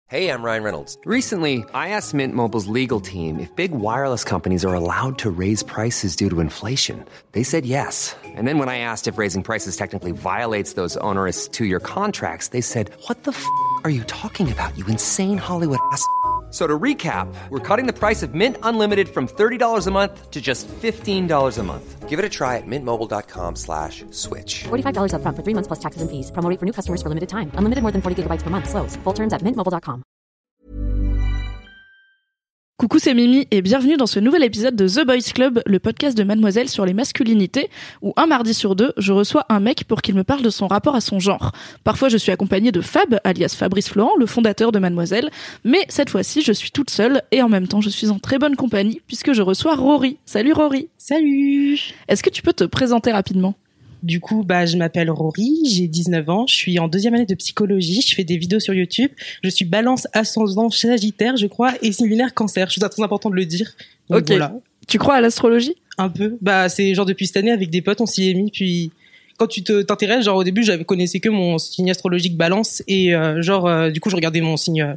Hey, I'm Ryan Reynolds. Recently, I asked Mint Mobile's legal team if big wireless companies are allowed to raise prices due to inflation. They said yes. And then when I asked if raising prices technically violates those onerous two-year contracts, they said, "What the f*** are you talking about, you insane Hollywood ass?" So to recap, we're cutting the price of Mint Unlimited from $30 a month to just $15 a month. Give it a try at mintmobile.com/switch. $45 up front for 3 months plus taxes and fees. Promo rate for new customers for limited time. Unlimited more than 40 gigabytes per month. Slows full terms at mintmobile.com. Coucou, c'est Mimi et bienvenue dans ce nouvel épisode de The Boys Club, le podcast de Mademoiselle sur les masculinités, où un mardi sur deux, je reçois un mec pour qu'il me parle de son rapport à son genre. Parfois, je suis accompagnée de Fab, alias Fabrice Florent, le fondateur de Mademoiselle, mais cette fois-ci, je suis toute seule et en même temps, je suis en très bonne compagnie puisque je reçois Rory. Salut Rory. Salut. Est-ce que tu peux te présenter rapidement ? Du coup, je m'appelle Rory, j'ai 19 ans, je suis en 2e année de psychologie, je fais des vidéos sur YouTube, je suis balance ascendant Sagittaire, je crois, et lunaire Cancer. Je trouve ça très important de le dire. Donc, ok. Voilà. Tu crois à l'astrologie ? Un peu. C'est genre depuis cette année avec des potes, on s'y est mis, puis quand tu t'intéresses, genre au début, connaissais que mon signe astrologique balance, et du coup, je regardais mon signe,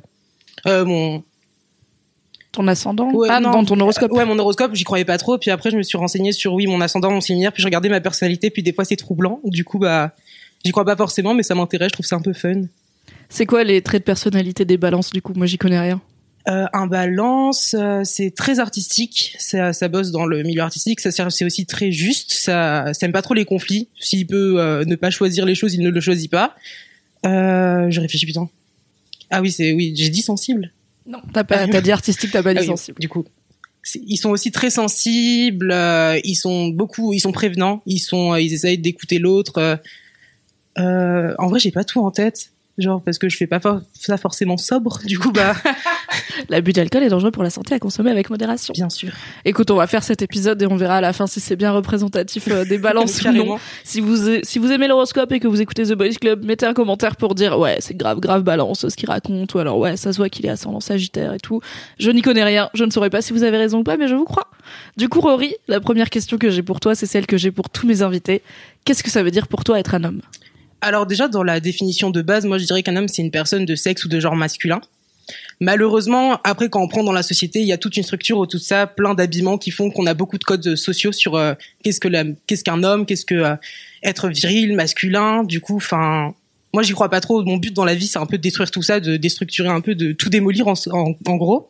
Ton ascendant ? Ouais, non, dans ton horoscope. Ouais, mon horoscope, j'y croyais pas trop. Puis après, je me suis renseignée sur, mon ascendant, mon signe lunaire. Puis je regardais ma personnalité. Puis des fois, c'est troublant. Du coup, j'y crois pas forcément, mais ça m'intéresse. Je trouve ça un peu fun. C'est quoi les traits de personnalité des balances, du coup ? Moi, j'y connais rien. Un balance, c'est très artistique. Ça bosse dans le milieu artistique. C'est aussi très juste. Ça aime pas trop les conflits. S'il peut ne pas choisir les choses, il ne le choisit pas. Je réfléchis, putain. Ah oui, j'ai dit sensible. Non, t'as dit artistique, t'as pas dit sensible. Du coup, ils sont aussi très sensibles. Ils sont prévenants. Ils essayent d'écouter l'autre. En vrai, j'ai pas tout en tête. Genre parce que je fais pas ça forcément sobre. Du coup, L'abus d'alcool est dangereux pour la santé, à consommer avec modération. Bien sûr. Écoute, on va faire cet épisode et on verra à la fin si c'est bien représentatif des balances ou non. Si vous aimez l'horoscope et que vous écoutez The Boys Club, mettez un commentaire pour dire ouais, c'est grave balance ce qu'il raconte, ou alors ouais, ça se voit qu'il est ascendant Sagittaire et tout. Je n'y connais rien, je ne saurais pas si vous avez raison ou pas, mais je vous crois. Du coup, Rory, la première question que j'ai pour toi, c'est celle que j'ai pour tous mes invités. Qu'est-ce que ça veut dire pour toi être un homme ? Alors déjà, dans la définition de base, moi je dirais qu'un homme, c'est une personne de sexe ou de genre masculin. Malheureusement, après, quand on prend dans la société, il y a toute une structure autour de ça, plein d'habillements qui font qu'on a beaucoup de codes sociaux sur qu'est-ce qu'un homme, qu'est-ce que être viril, masculin. Du coup, moi j'y crois pas trop. Mon but dans la vie, c'est un peu de détruire tout ça, de déstructurer un peu, de tout démolir en gros.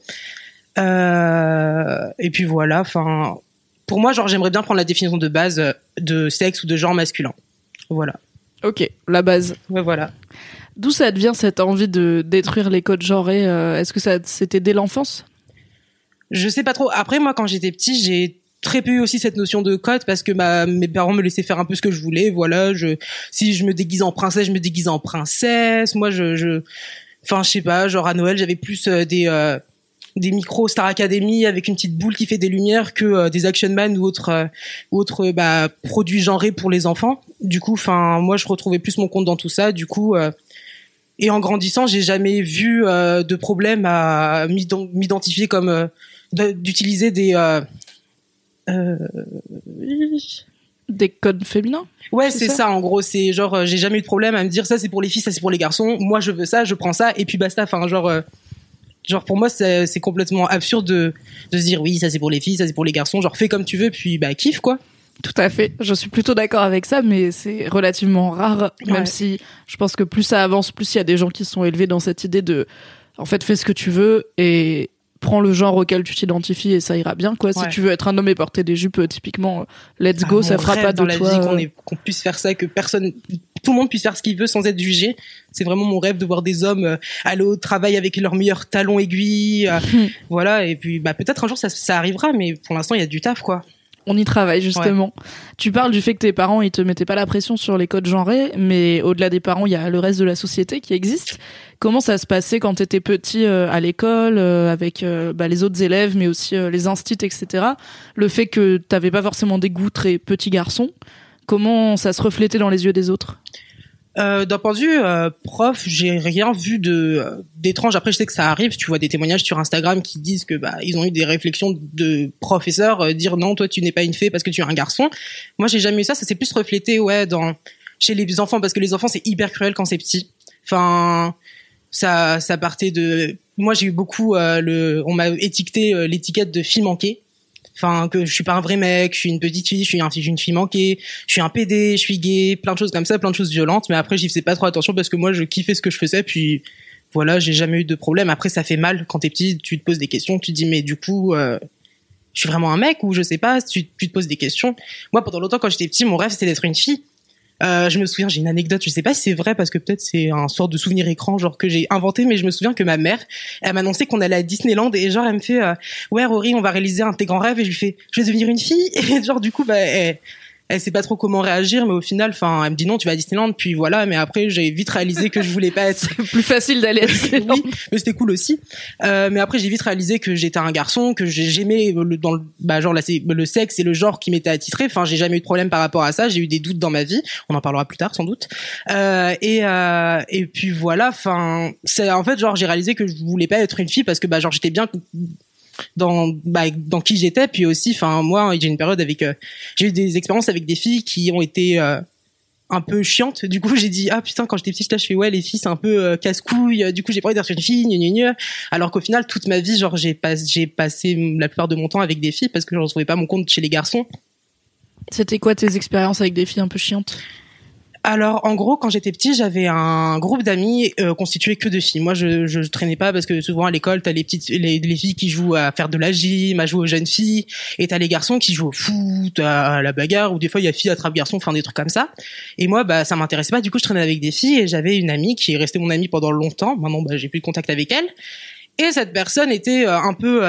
Et puis voilà. Pour moi, j'aimerais bien prendre la définition de base de sexe ou de genre masculin. Voilà. Ok, la base. Ouais, voilà. D'où ça devient cette envie de détruire les codes genrés ? Est-ce que c'était dès l'enfance ? Je sais pas trop. Après, moi, quand j'étais petit, j'ai très peu eu aussi cette notion de code parce que mes parents me laissaient faire un peu ce que je voulais. Voilà, si je me déguisais en princesse, je me déguisais en princesse. Moi, je sais pas, genre à Noël, j'avais plus des micros Star Academy avec une petite boule qui fait des lumières que des Action Man ou autres produits genrés pour les enfants. Du coup, moi, je retrouvais plus mon compte dans tout ça. Du coup, et en grandissant, j'ai jamais vu de problème à m'identifier comme d'utiliser des codes féminins. Ouais, c'est ça. En gros, c'est genre j'ai jamais eu de problème à me dire ça c'est pour les filles, ça c'est pour les garçons. Moi, je veux ça, je prends ça et puis basta. Genre pour moi c'est complètement absurde de se dire oui ça c'est pour les filles, ça c'est pour les garçons, genre fais comme tu veux puis kiffe quoi. Tout à fait, je suis plutôt d'accord avec ça, mais c'est relativement rare, même si je pense que plus ça avance, plus il y a des gens qui sont élevés dans cette idée de en fait fais ce que tu veux et prends le genre auquel tu t'identifies et ça ira bien quoi. Si tu veux être un homme et porter des jupes typiquement let's go, ça fera pas de toi. Dans la vie qu'on puisse faire ça, que tout le monde puisse faire ce qu'il veut sans être jugé. C'est vraiment mon rêve de voir des hommes aller au travail avec leurs meilleurs talons aiguilles, voilà. Et puis peut-être un jour ça arrivera, mais pour l'instant il y a du taf quoi. On y travaille justement. Ouais. Tu parles du fait que tes parents ils te mettaient pas la pression sur les codes genrés, mais au-delà des parents il y a le reste de la société qui existe. Comment ça se passait quand t'étais petit à l'école avec les autres élèves, mais aussi les instits, etc. Le fait que t'avais pas forcément des goûts très petits garçons, comment ça se reflétait dans les yeux des autres ? D'un point de vue prof, j'ai rien vu d'étrange. Après, je sais que ça arrive. Tu vois des témoignages sur Instagram qui disent que ils ont eu des réflexions de professeurs dire non, toi tu n'es pas une fée parce que tu es un garçon. Moi, j'ai jamais eu ça. Ça s'est plus reflété chez les enfants parce que les enfants c'est hyper cruel quand c'est petit. Enfin, Ça partait de, moi j'ai eu beaucoup on m'a étiqueté l'étiquette de fille manquée. Enfin, que je suis pas un vrai mec, je suis une petite fille, je suis une fille manquée, je suis un PD, je suis gay, plein de choses comme ça, plein de choses violentes. Mais après, j'y faisais pas trop attention parce que moi, je kiffais ce que je faisais. Puis voilà, j'ai jamais eu de problème. Après, ça fait mal quand t'es petit, tu te poses des questions, tu te dis mais du coup, je suis vraiment un mec ou je sais pas. Tu te poses des questions. Moi, pendant longtemps, quand j'étais petit, mon rêve c'était d'être une fille. Je me souviens, j'ai une anecdote, je sais pas si c'est vrai parce que peut-être c'est un sort de souvenir écran genre que j'ai inventé, mais je me souviens que ma mère, elle m'a annoncé qu'on allait à Disneyland et genre elle me fait ouais Rory, on va réaliser un de tes grands rêves, et je lui fais je vais devenir une fille, et genre du coup bah elle sait pas trop comment réagir, mais au final, enfin, elle me dit non, tu vas à Disneyland, puis voilà. Mais après, j'ai vite réalisé que je voulais pas être. C'est plus facile d'aller à Disneyland. Oui, mais c'était cool aussi. Mais après, j'ai vite réalisé que j'étais un garçon, que j'aimais genre là, c'est le sexe et le genre qui m'étaient attitrés. Enfin, j'ai jamais eu de problème par rapport à ça. J'ai eu des doutes dans ma vie. On en parlera plus tard, sans doute. Et puis voilà. Enfin, c'est en fait genre j'ai réalisé que je voulais pas être une fille parce que genre j'étais bien dans qui j'étais, puis aussi enfin moi j'ai une période avec j'ai eu des expériences avec des filles qui ont été un peu chiantes. Du coup j'ai dit ah putain, quand j'étais petite là je fais ouais les filles c'est un peu casse-couille, du coup j'ai pas envie d'être une fille alors qu'au final toute ma vie genre j'ai passé la plupart de mon temps avec des filles parce que je retrouvais pas mon compte chez les garçons. C'était quoi tes expériences avec des filles un peu chiantes? Alors, en gros, quand j'étais petit, j'avais un groupe d'amis constitué que de filles. Moi, je traînais pas parce que souvent à l'école, t'as les filles qui jouent à faire de la gym, à jouer aux jeunes filles, et t'as les garçons qui jouent au foot, à la bagarre, ou des fois il y a filles attrape garçons, enfin des trucs comme ça. Et moi, ça m'intéressait pas. Du coup, je traînais avec des filles et j'avais une amie qui est restée mon amie pendant longtemps. Maintenant, j'ai plus de contact avec elle. Et cette personne était un peu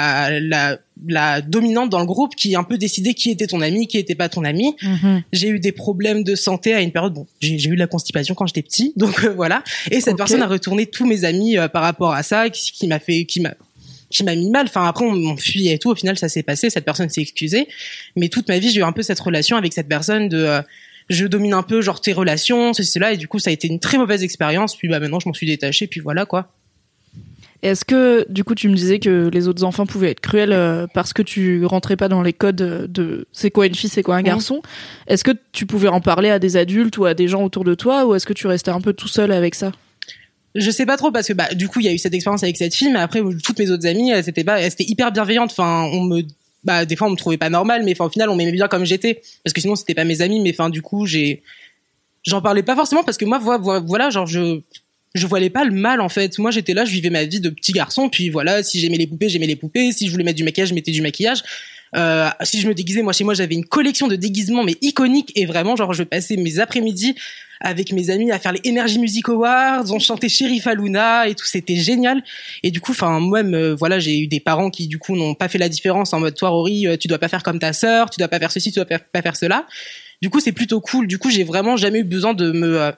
la dominante dans le groupe, qui un peu décidait qui était ton ami, qui était pas ton ami. Mm-hmm. J'ai eu des problèmes de santé à une période. Bon, j'ai eu de la constipation quand j'étais petit, donc voilà. Et cette personne a retourné tous mes amis par rapport à ça, qui m'a mis mal. Enfin après on fuyait et tout. Au final ça s'est passé. Cette personne s'est excusée. Mais toute ma vie j'ai eu un peu cette relation avec cette personne de je domine un peu genre tes relations, cela. Et du coup ça a été une très mauvaise expérience. Puis maintenant je m'en suis détachée. Puis voilà quoi. Est-ce que, du coup, tu me disais que les autres enfants pouvaient être cruels parce que tu rentrais pas dans les codes de c'est quoi une fille, c'est quoi un garçon? Est-ce que tu pouvais en parler à des adultes ou à des gens autour de toi, ou est-ce que tu restais un peu tout seul avec ça? Je sais pas trop parce que du coup il y a eu cette expérience avec cette fille, mais après toutes mes autres amies elles étaient hyper bienveillantes. Enfin des fois on me trouvait pas normale, mais au final on m'aimait bien comme j'étais, parce que sinon c'était pas mes amis. Mais du coup j'en parlais pas forcément parce que moi voilà genre je voyais pas le mal en fait. Moi j'étais là, je vivais ma vie de petit garçon, puis voilà, si j'aimais les poupées, si je voulais mettre du maquillage, je mettais du maquillage. Si je me déguisais, moi chez moi j'avais une collection de déguisements mais iconiques, et vraiment genre je passais mes après-midi avec mes amis à faire les Energy Music Awards, on chantait Sheriff Aluna et tout, c'était génial. Et du coup moi-même voilà, j'ai eu des parents qui du coup n'ont pas fait la différence en mode toi Rory, tu dois pas faire comme ta sœur, tu dois pas faire ceci, tu dois pas faire cela. Du coup c'est plutôt cool. Du coup j'ai vraiment jamais eu besoin de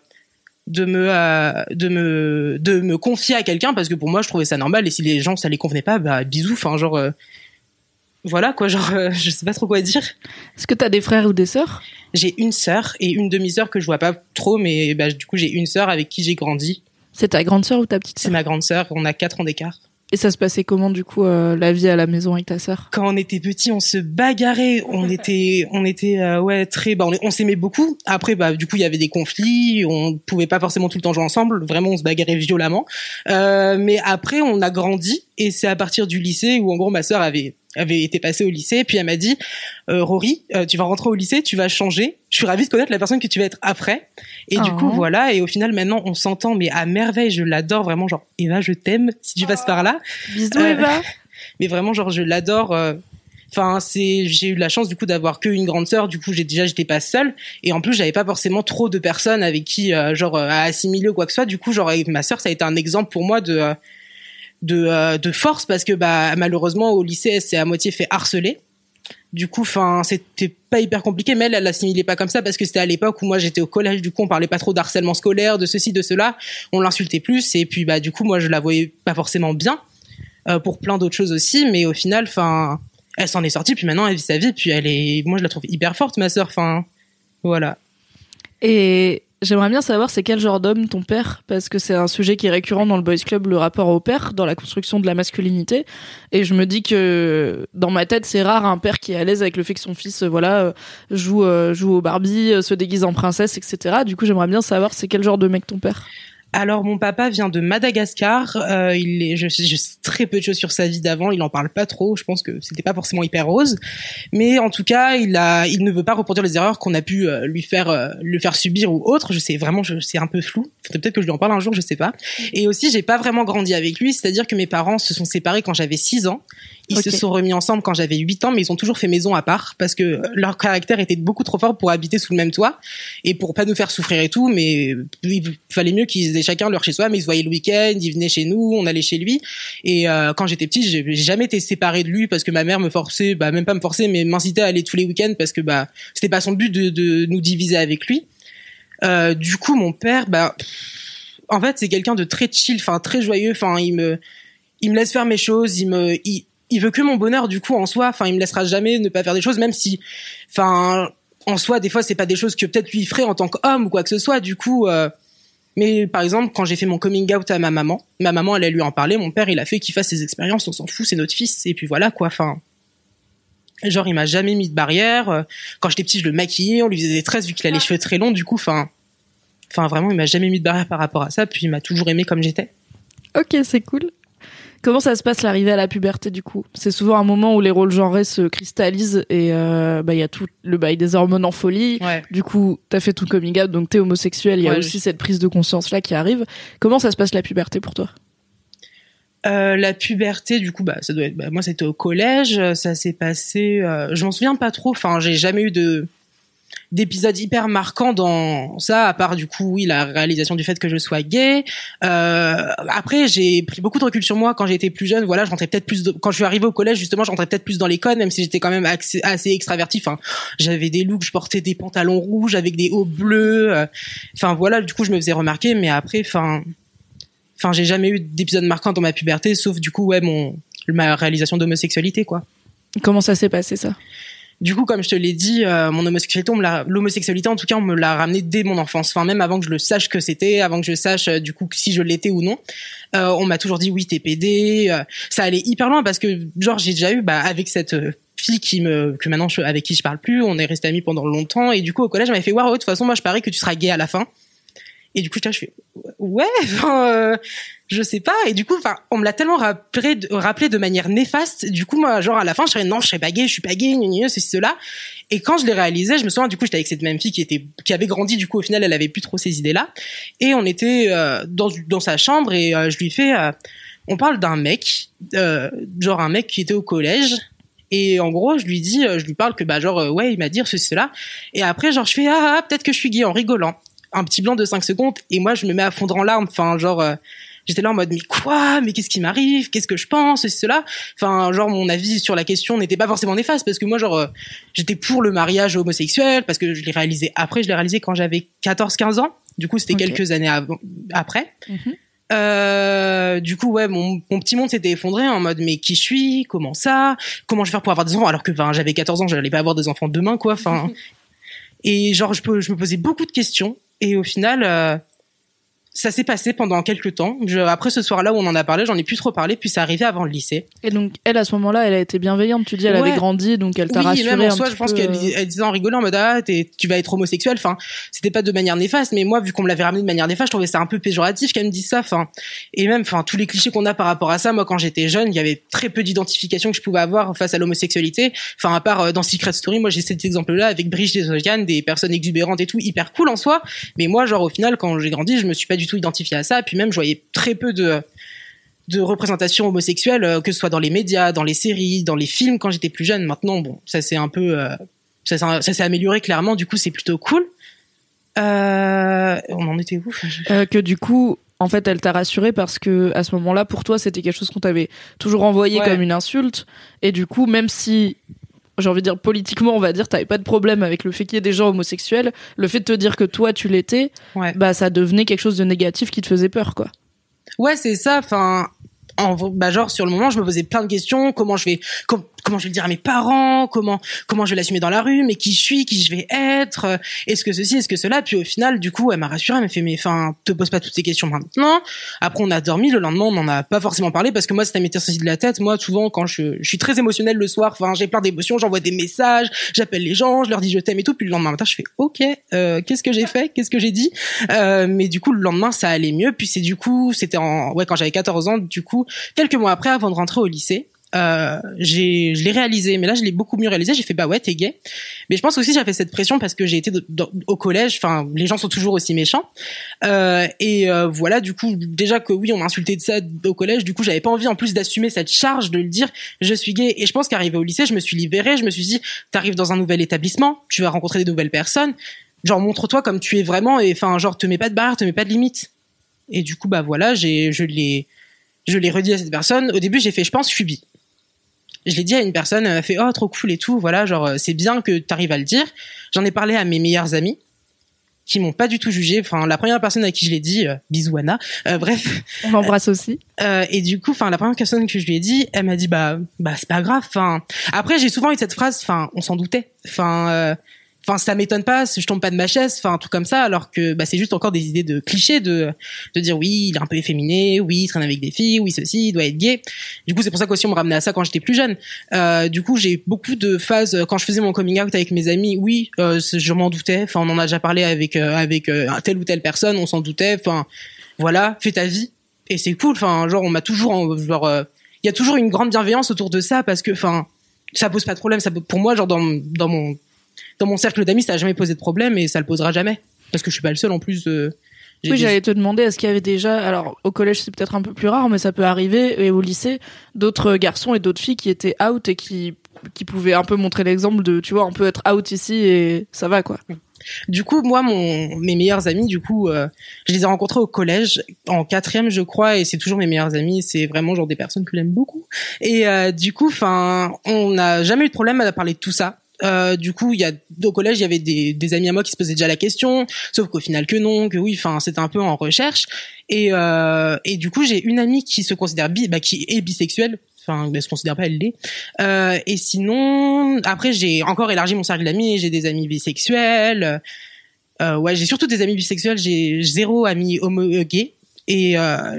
me confier à quelqu'un, parce que pour moi je trouvais ça normal, et si les gens ça les convenait pas, bisous, enfin genre voilà quoi, genre je sais pas trop quoi dire. Est-ce que t'as des frères ou des sœurs? J'ai une sœur et une demi-sœur que je vois pas trop, mais du coup j'ai une sœur avec qui j'ai grandi. C'est ta grande sœur ou ta petite sœur? C'est ma grande sœur, on a 4 ans d'écart. Et ça se passait comment du coup la vie à la maison avec ta sœur? Quand on était petits, on se bagarrait, on était très on s'aimait beaucoup. Après du coup il y avait des conflits, on pouvait pas forcément tout le temps jouer ensemble, vraiment on se bagarrait violemment. Mais après on a grandi, et c'est à partir du lycée où en gros ma sœur avait été passée au lycée, puis elle m'a dit Rory, tu vas rentrer au lycée, tu vas changer, je suis ravie de connaître la personne que tu vas être après. Et du coup voilà, et au final maintenant on s'entend mais à merveille, je l'adore vraiment, genre Eva je t'aime si tu passes par là. Bisous Eva. Mais vraiment genre je l'adore. J'ai eu de la chance du coup d'avoir qu'une grande sœur, du coup j'étais pas seule, et en plus j'avais pas forcément trop de personnes avec qui à assimiler ou quoi que ce soit. Du coup genre avec ma sœur ça a été un exemple pour moi de force, parce que malheureusement au lycée elle s'est à moitié fait harceler. Du coup c'était pas hyper compliqué, mais elle l'assimilait pas comme ça parce que c'était à l'époque où moi j'étais au collège. Du coup on parlait pas trop d'harcèlement scolaire, de ceci de cela, on l'insultait plus, et puis du coup moi je la voyais pas forcément bien pour plein d'autres choses aussi, mais au final elle s'en est sortie, puis maintenant elle vit sa vie, puis moi je la trouve hyper forte ma sœur, voilà. Et j'aimerais bien savoir c'est quel genre d'homme ton père, parce que c'est un sujet qui est récurrent dans le Boys Club, le rapport au père dans la construction de la masculinité, et je me dis que dans ma tête c'est rare un père qui est à l'aise avec le fait que son fils joue au Barbie, se déguise en princesse, etc. Du coup j'aimerais bien savoir c'est quel genre de mec ton père. Alors mon papa vient de Madagascar. Je sais très peu de choses sur sa vie d'avant. Il en parle pas trop. Je pense que c'était pas forcément hyper rose, mais en tout cas, il ne veut pas reproduire les erreurs qu'on a pu lui faire subir ou autre. C'est un peu flou. Faudrait peut-être que je lui en parle un jour, je sais pas. Et aussi, j'ai pas vraiment grandi avec lui. C'est-à-dire que mes parents se sont séparés quand j'avais 6 ans. Ils se sont remis ensemble quand j'avais 8 ans, mais ils ont toujours fait maison à part parce que leur caractère était beaucoup trop fort pour habiter sous le même toit et pour pas nous faire souffrir et tout. Mais il fallait mieux qu'ils aient chacun leur chez soi, mais ils se voyaient le week-end, ils venaient chez nous, on allait chez lui. Et quand j'étais petite, j'ai jamais été séparée de lui parce que ma mère me forçait, même pas me forçait, mais m'incitait à aller tous les week-ends parce que c'était pas son but de nous diviser avec lui. Du coup, mon père, en fait, c'est quelqu'un de très chill, enfin très joyeux. Enfin, il me laisse faire mes choses, il veut que mon bonheur, du coup, en soi. Enfin, il me laissera jamais ne pas faire des choses, même si, enfin, en soi, des fois, c'est pas des choses que peut-être lui ferait en tant qu'homme ou quoi que ce soit. Du coup, mais par exemple, quand j'ai fait mon coming out à ma maman, elle a lui en parlé. Mon père, il a fait qu'il fasse ses expériences. On s'en fout, c'est notre fils. Et puis voilà, quoi. Enfin, genre, il m'a jamais mis de barrière. Quand j'étais petit, je le maquillais, on lui faisait des tresses vu qu'il a les cheveux très longs. Du coup, enfin, vraiment, il m'a jamais mis de barrière par rapport à ça. Puis il m'a toujours aimé comme j'étais. Ok, c'est cool. Comment ça se passe l'arrivée à la puberté du coup ? C'est souvent un moment où les rôles genrés se cristallisent et y a tout le bail des hormones en folie. Ouais. Du coup, t'as fait ton coming out, donc t'es homosexuel. Il y a aussi cette prise de conscience là qui arrive. Comment ça se passe la puberté pour toi ? La puberté, du coup, ça doit être. Moi, c'était au collège. Ça s'est passé. Je m'en souviens pas trop. Enfin, j'ai jamais eu d'épisodes hyper marquants dans ça, à part du coup la réalisation du fait que je sois gay. Après, j'ai pris beaucoup de recul sur moi quand j'étais plus jeune. Voilà, je rentrais peut-être plus quand je suis arrivée au collège, justement, je rentrais peut-être plus dans les codes, même si j'étais quand même assez extravertie. Enfin, j'avais des looks, je portais des pantalons rouges avec des hauts bleus. Enfin voilà, du coup, je me faisais remarquer. Mais après, j'ai jamais eu d'épisode marquant dans ma puberté, sauf du coup, ma réalisation d'homosexualité, quoi. Comment ça s'est passé, ça ? Du coup, comme je te l'ai dit, mon l'homosexualité, en tout cas, on me l'a ramené dès mon enfance. Enfin, même avant que je le sache que c'était, avant que je sache, du coup, si je l'étais ou non. On m'a toujours dit, oui, t'es PD. Ça allait hyper loin parce que, genre, j'ai déjà eu, avec cette fille avec qui je parle plus, on est resté amis pendant longtemps. Et du coup, au collège, elle m'avait fait, de toute façon, moi, je parie que tu seras gay à la fin. Et du coup, je fais, ouais, je sais pas. Et du coup, on me l'a tellement rappelé de manière néfaste. Du coup, moi, genre, à la fin, je serais, non, je serais pas gay, je suis pas gay, c'est cela. Et quand je l'ai réalisé, je me souviens, du coup, j'étais avec cette même fille qui avait grandi, du coup, au final, elle avait plus trop ces idées-là. Et on était, dans sa chambre et, je lui fais, on parle d'un mec, genre un mec qui était au collège. Et en gros, je lui parle que, il m'a dit ceci, cela. Et après, genre, je fais, peut-être que je suis gay en rigolant. Un petit blanc de 5 secondes et moi je me mets à fondre en larmes, j'étais là en mode mais quoi, mais qu'est-ce qui m'arrive, qu'est-ce que je pense, et cela, mon avis sur la question n'était pas forcément néfaste parce que moi j'étais pour le mariage homosexuel parce que je l'ai réalisé quand j'avais 14-15 ans, du coup c'était quelques années après. Du coup mon petit monde s'était effondré en mode mais qui je suis, comment je vais faire pour avoir des enfants alors que j'avais 14 ans, j'allais pas avoir des enfants demain quoi, et je me posais beaucoup de questions. Et au final, ça s'est passé pendant quelques temps. Après ce soir-là où on en a parlé, j'en ai plus trop parlé, puis ça arrivait avant le lycée. Et donc, elle, à ce moment-là, elle a été bienveillante, tu dis, elle avait grandi, donc elle t'a rassuré. Oui, même en soi, je pense qu'elle disait en rigolant, en mode, tu vas être homosexuel. Enfin, c'était pas de manière néfaste, mais moi, vu qu'on me l'avait ramené de manière néfaste, je trouvais ça un peu péjoratif qu'elle me dise ça. Et même, tous les clichés qu'on a par rapport à ça, moi, quand j'étais jeune, il y avait très peu d'identification que je pouvais avoir face à l'homosexualité. À part dans Secret Story, moi, j'ai cet exemple-là avec Brigitte Desognan, des personnes exubérantes et tout, hyper cool en soi. Mais moi, au final, quand j'ai grandi, je me suis pas du tout identifiée à ça. Puis même, je voyais très peu de représentation homosexuelle, que ce soit dans les médias, dans les séries, dans les films quand j'étais plus jeune. Maintenant, ça s'est un peu, ça s'est amélioré clairement. Du coup, c'est plutôt cool. On en était où que du coup, en fait, elle t'a rassuré parce que à ce moment-là, pour toi, c'était quelque chose qu'on t'avait toujours envoyé comme une insulte. Et du coup, même si j'ai envie de dire politiquement, on va dire, t'avais pas de problème avec le fait qu'il y ait des gens homosexuels, le fait de te dire que toi tu l'étais, ça devenait quelque chose de négatif qui te faisait peur, quoi. Ouais, c'est ça. Sur le moment, je me posais plein de questions. Comment je comment je vais le dire à mes parents, comment je vais l'assumer dans la rue, mais qui je suis, qui je vais être, est-ce que ceci, est-ce que cela. Puis au final, du coup, elle m'a rassurée, elle m'a fait, mais enfin, te pose pas toutes ces questions maintenant. Après, on a dormi. Le lendemain, on n'en a pas forcément parlé parce que moi, ça m'était sorti de la tête. Moi, souvent, quand je suis très émotionnelle le soir, enfin, j'ai plein d'émotions, j'envoie des messages, j'appelle les gens, je leur dis je t'aime et tout. Puis le lendemain matin, je fais ok, qu'est-ce que j'ai fait, qu'est-ce que j'ai dit. Mais du coup, le lendemain, ça allait mieux. Puis c'était quand j'avais 14 ans. Du coup, quelques mois après, avant de rentrer au lycée. Je l'ai réalisé, mais là je l'ai beaucoup mieux réalisé. J'ai fait bah ouais, t'es gay. Mais je pense aussi j'avais cette pression parce que j'ai été au collège. Enfin, les gens sont toujours aussi méchants. Voilà, du coup déjà que oui, on m'a insulté de ça au collège. Du coup, j'avais pas envie en plus d'assumer cette charge de le dire. Je suis gay. Et je pense qu'arrivé au lycée, je me suis libérée. Je me suis dit, t'arrives dans un nouvel établissement, tu vas rencontrer des nouvelles personnes. Genre montre-toi comme tu es vraiment. Et enfin, genre te mets pas de barrière, te mets pas de limites. Et du coup bah voilà, je l'ai redit à cette personne. Au début, j'ai fait, je pense, je suis bi. Je l'ai dit à une personne, elle m'a fait oh trop cool et tout, voilà, genre c'est bien que t'arrives à le dire. J'en ai parlé à mes meilleurs amis qui m'ont pas du tout jugé. Enfin, la première personne à qui je l'ai dit, bisous Anna. Bref, on l'embrasse aussi. Et du coup, enfin la première personne que je lui ai dit, elle m'a dit bah c'est pas grave. Enfin après j'ai souvent eu cette phrase, enfin on s'en doutait. Enfin ça m'étonne pas, je tombe pas de ma chaise, enfin un truc comme ça, alors que bah c'est juste encore des idées de clichés de dire oui il est un peu efféminé, oui il traîne avec des filles, oui ceci, il doit être gay. Du coup c'est pour ça qu'aussi on me ramenait à ça quand j'étais plus jeune. Du coup j'ai beaucoup de phases quand je faisais mon coming out avec mes amis, oui je m'en doutais, enfin on en a déjà parlé avec telle ou telle personne, on s'en doutait, enfin voilà, fais ta vie et c'est cool, enfin genre on m'a toujours il y a toujours une grande bienveillance autour de ça parce que enfin ça pose pas de problème, ça pour moi genre dans mon cercle d'amis, ça a jamais posé de problème et ça le posera jamais. Parce que je suis pas le seul en plus. J'allais te demander, est-ce qu'il y avait déjà, alors au collège c'est peut-être un peu plus rare, mais ça peut arriver, et au lycée, d'autres garçons et d'autres filles qui étaient out et qui pouvaient un peu montrer l'exemple de, tu vois, on peut être out ici et ça va quoi. Du coup, moi, mes meilleurs amis, du coup, je les ai rencontrés au collège, en 4e, je crois, et c'est toujours mes meilleurs amis. C'est vraiment genre des personnes que j'aime beaucoup. Et du coup, enfin, on n'a jamais eu de problème à parler de tout ça. Du coup, au collège, il y avait des amis à moi qui se posaient déjà la question, sauf qu'au final que non, que oui, enfin, c'était un peu en recherche. Et du coup, j'ai une amie qui se considère qui est bisexuelle. Enfin, elle se considère pas, elle l'est. Et sinon, après, j'ai encore élargi mon cercle d'amis. J'ai des amis bisexuels. Ouais, j'ai surtout des amis bisexuels. J'ai 0 amis gay. Et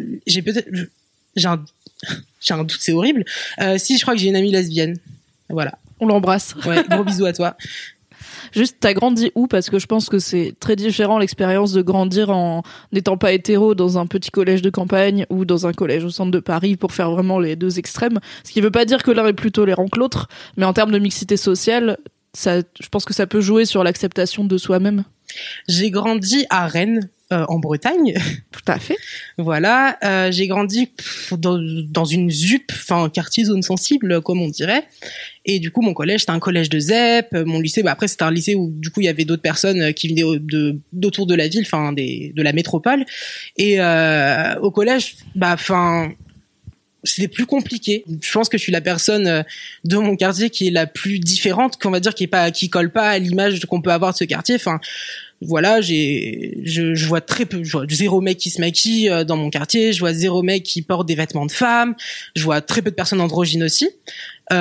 j'ai un doute, c'est horrible. Si, je crois que j'ai une amie lesbienne. Voilà. On l'embrasse. Ouais, gros bisous à toi. Juste, t'as grandi où? Parce que je pense que c'est très différent l'expérience de grandir en n'étant pas hétéro dans un petit collège de campagne ou dans un collège au centre de Paris pour faire vraiment les deux extrêmes. Ce qui veut pas dire que l'un est plus tolérant que l'autre, mais en termes de mixité sociale, je pense que ça peut jouer sur l'acceptation de soi-même. J'ai grandi à Rennes. En Bretagne. Tout à fait. Voilà, j'ai grandi dans une ZUP, enfin quartier zone sensible comme on dirait. Et du coup mon collège c'était un collège de ZEP, mon lycée après c'était un lycée où du coup il y avait d'autres personnes qui venaient d'autour de la ville, enfin de la métropole. Et au collège c'était plus compliqué. Je pense que je suis la personne de mon quartier qui est la plus différente, qu'on va dire qui colle pas à l'image qu'on peut avoir de ce quartier. Enfin voilà, je vois très peu, je vois 0 mec qui se maquille dans mon quartier, je vois 0 mec qui porte des vêtements de femme, je vois très peu de personnes androgynes aussi, et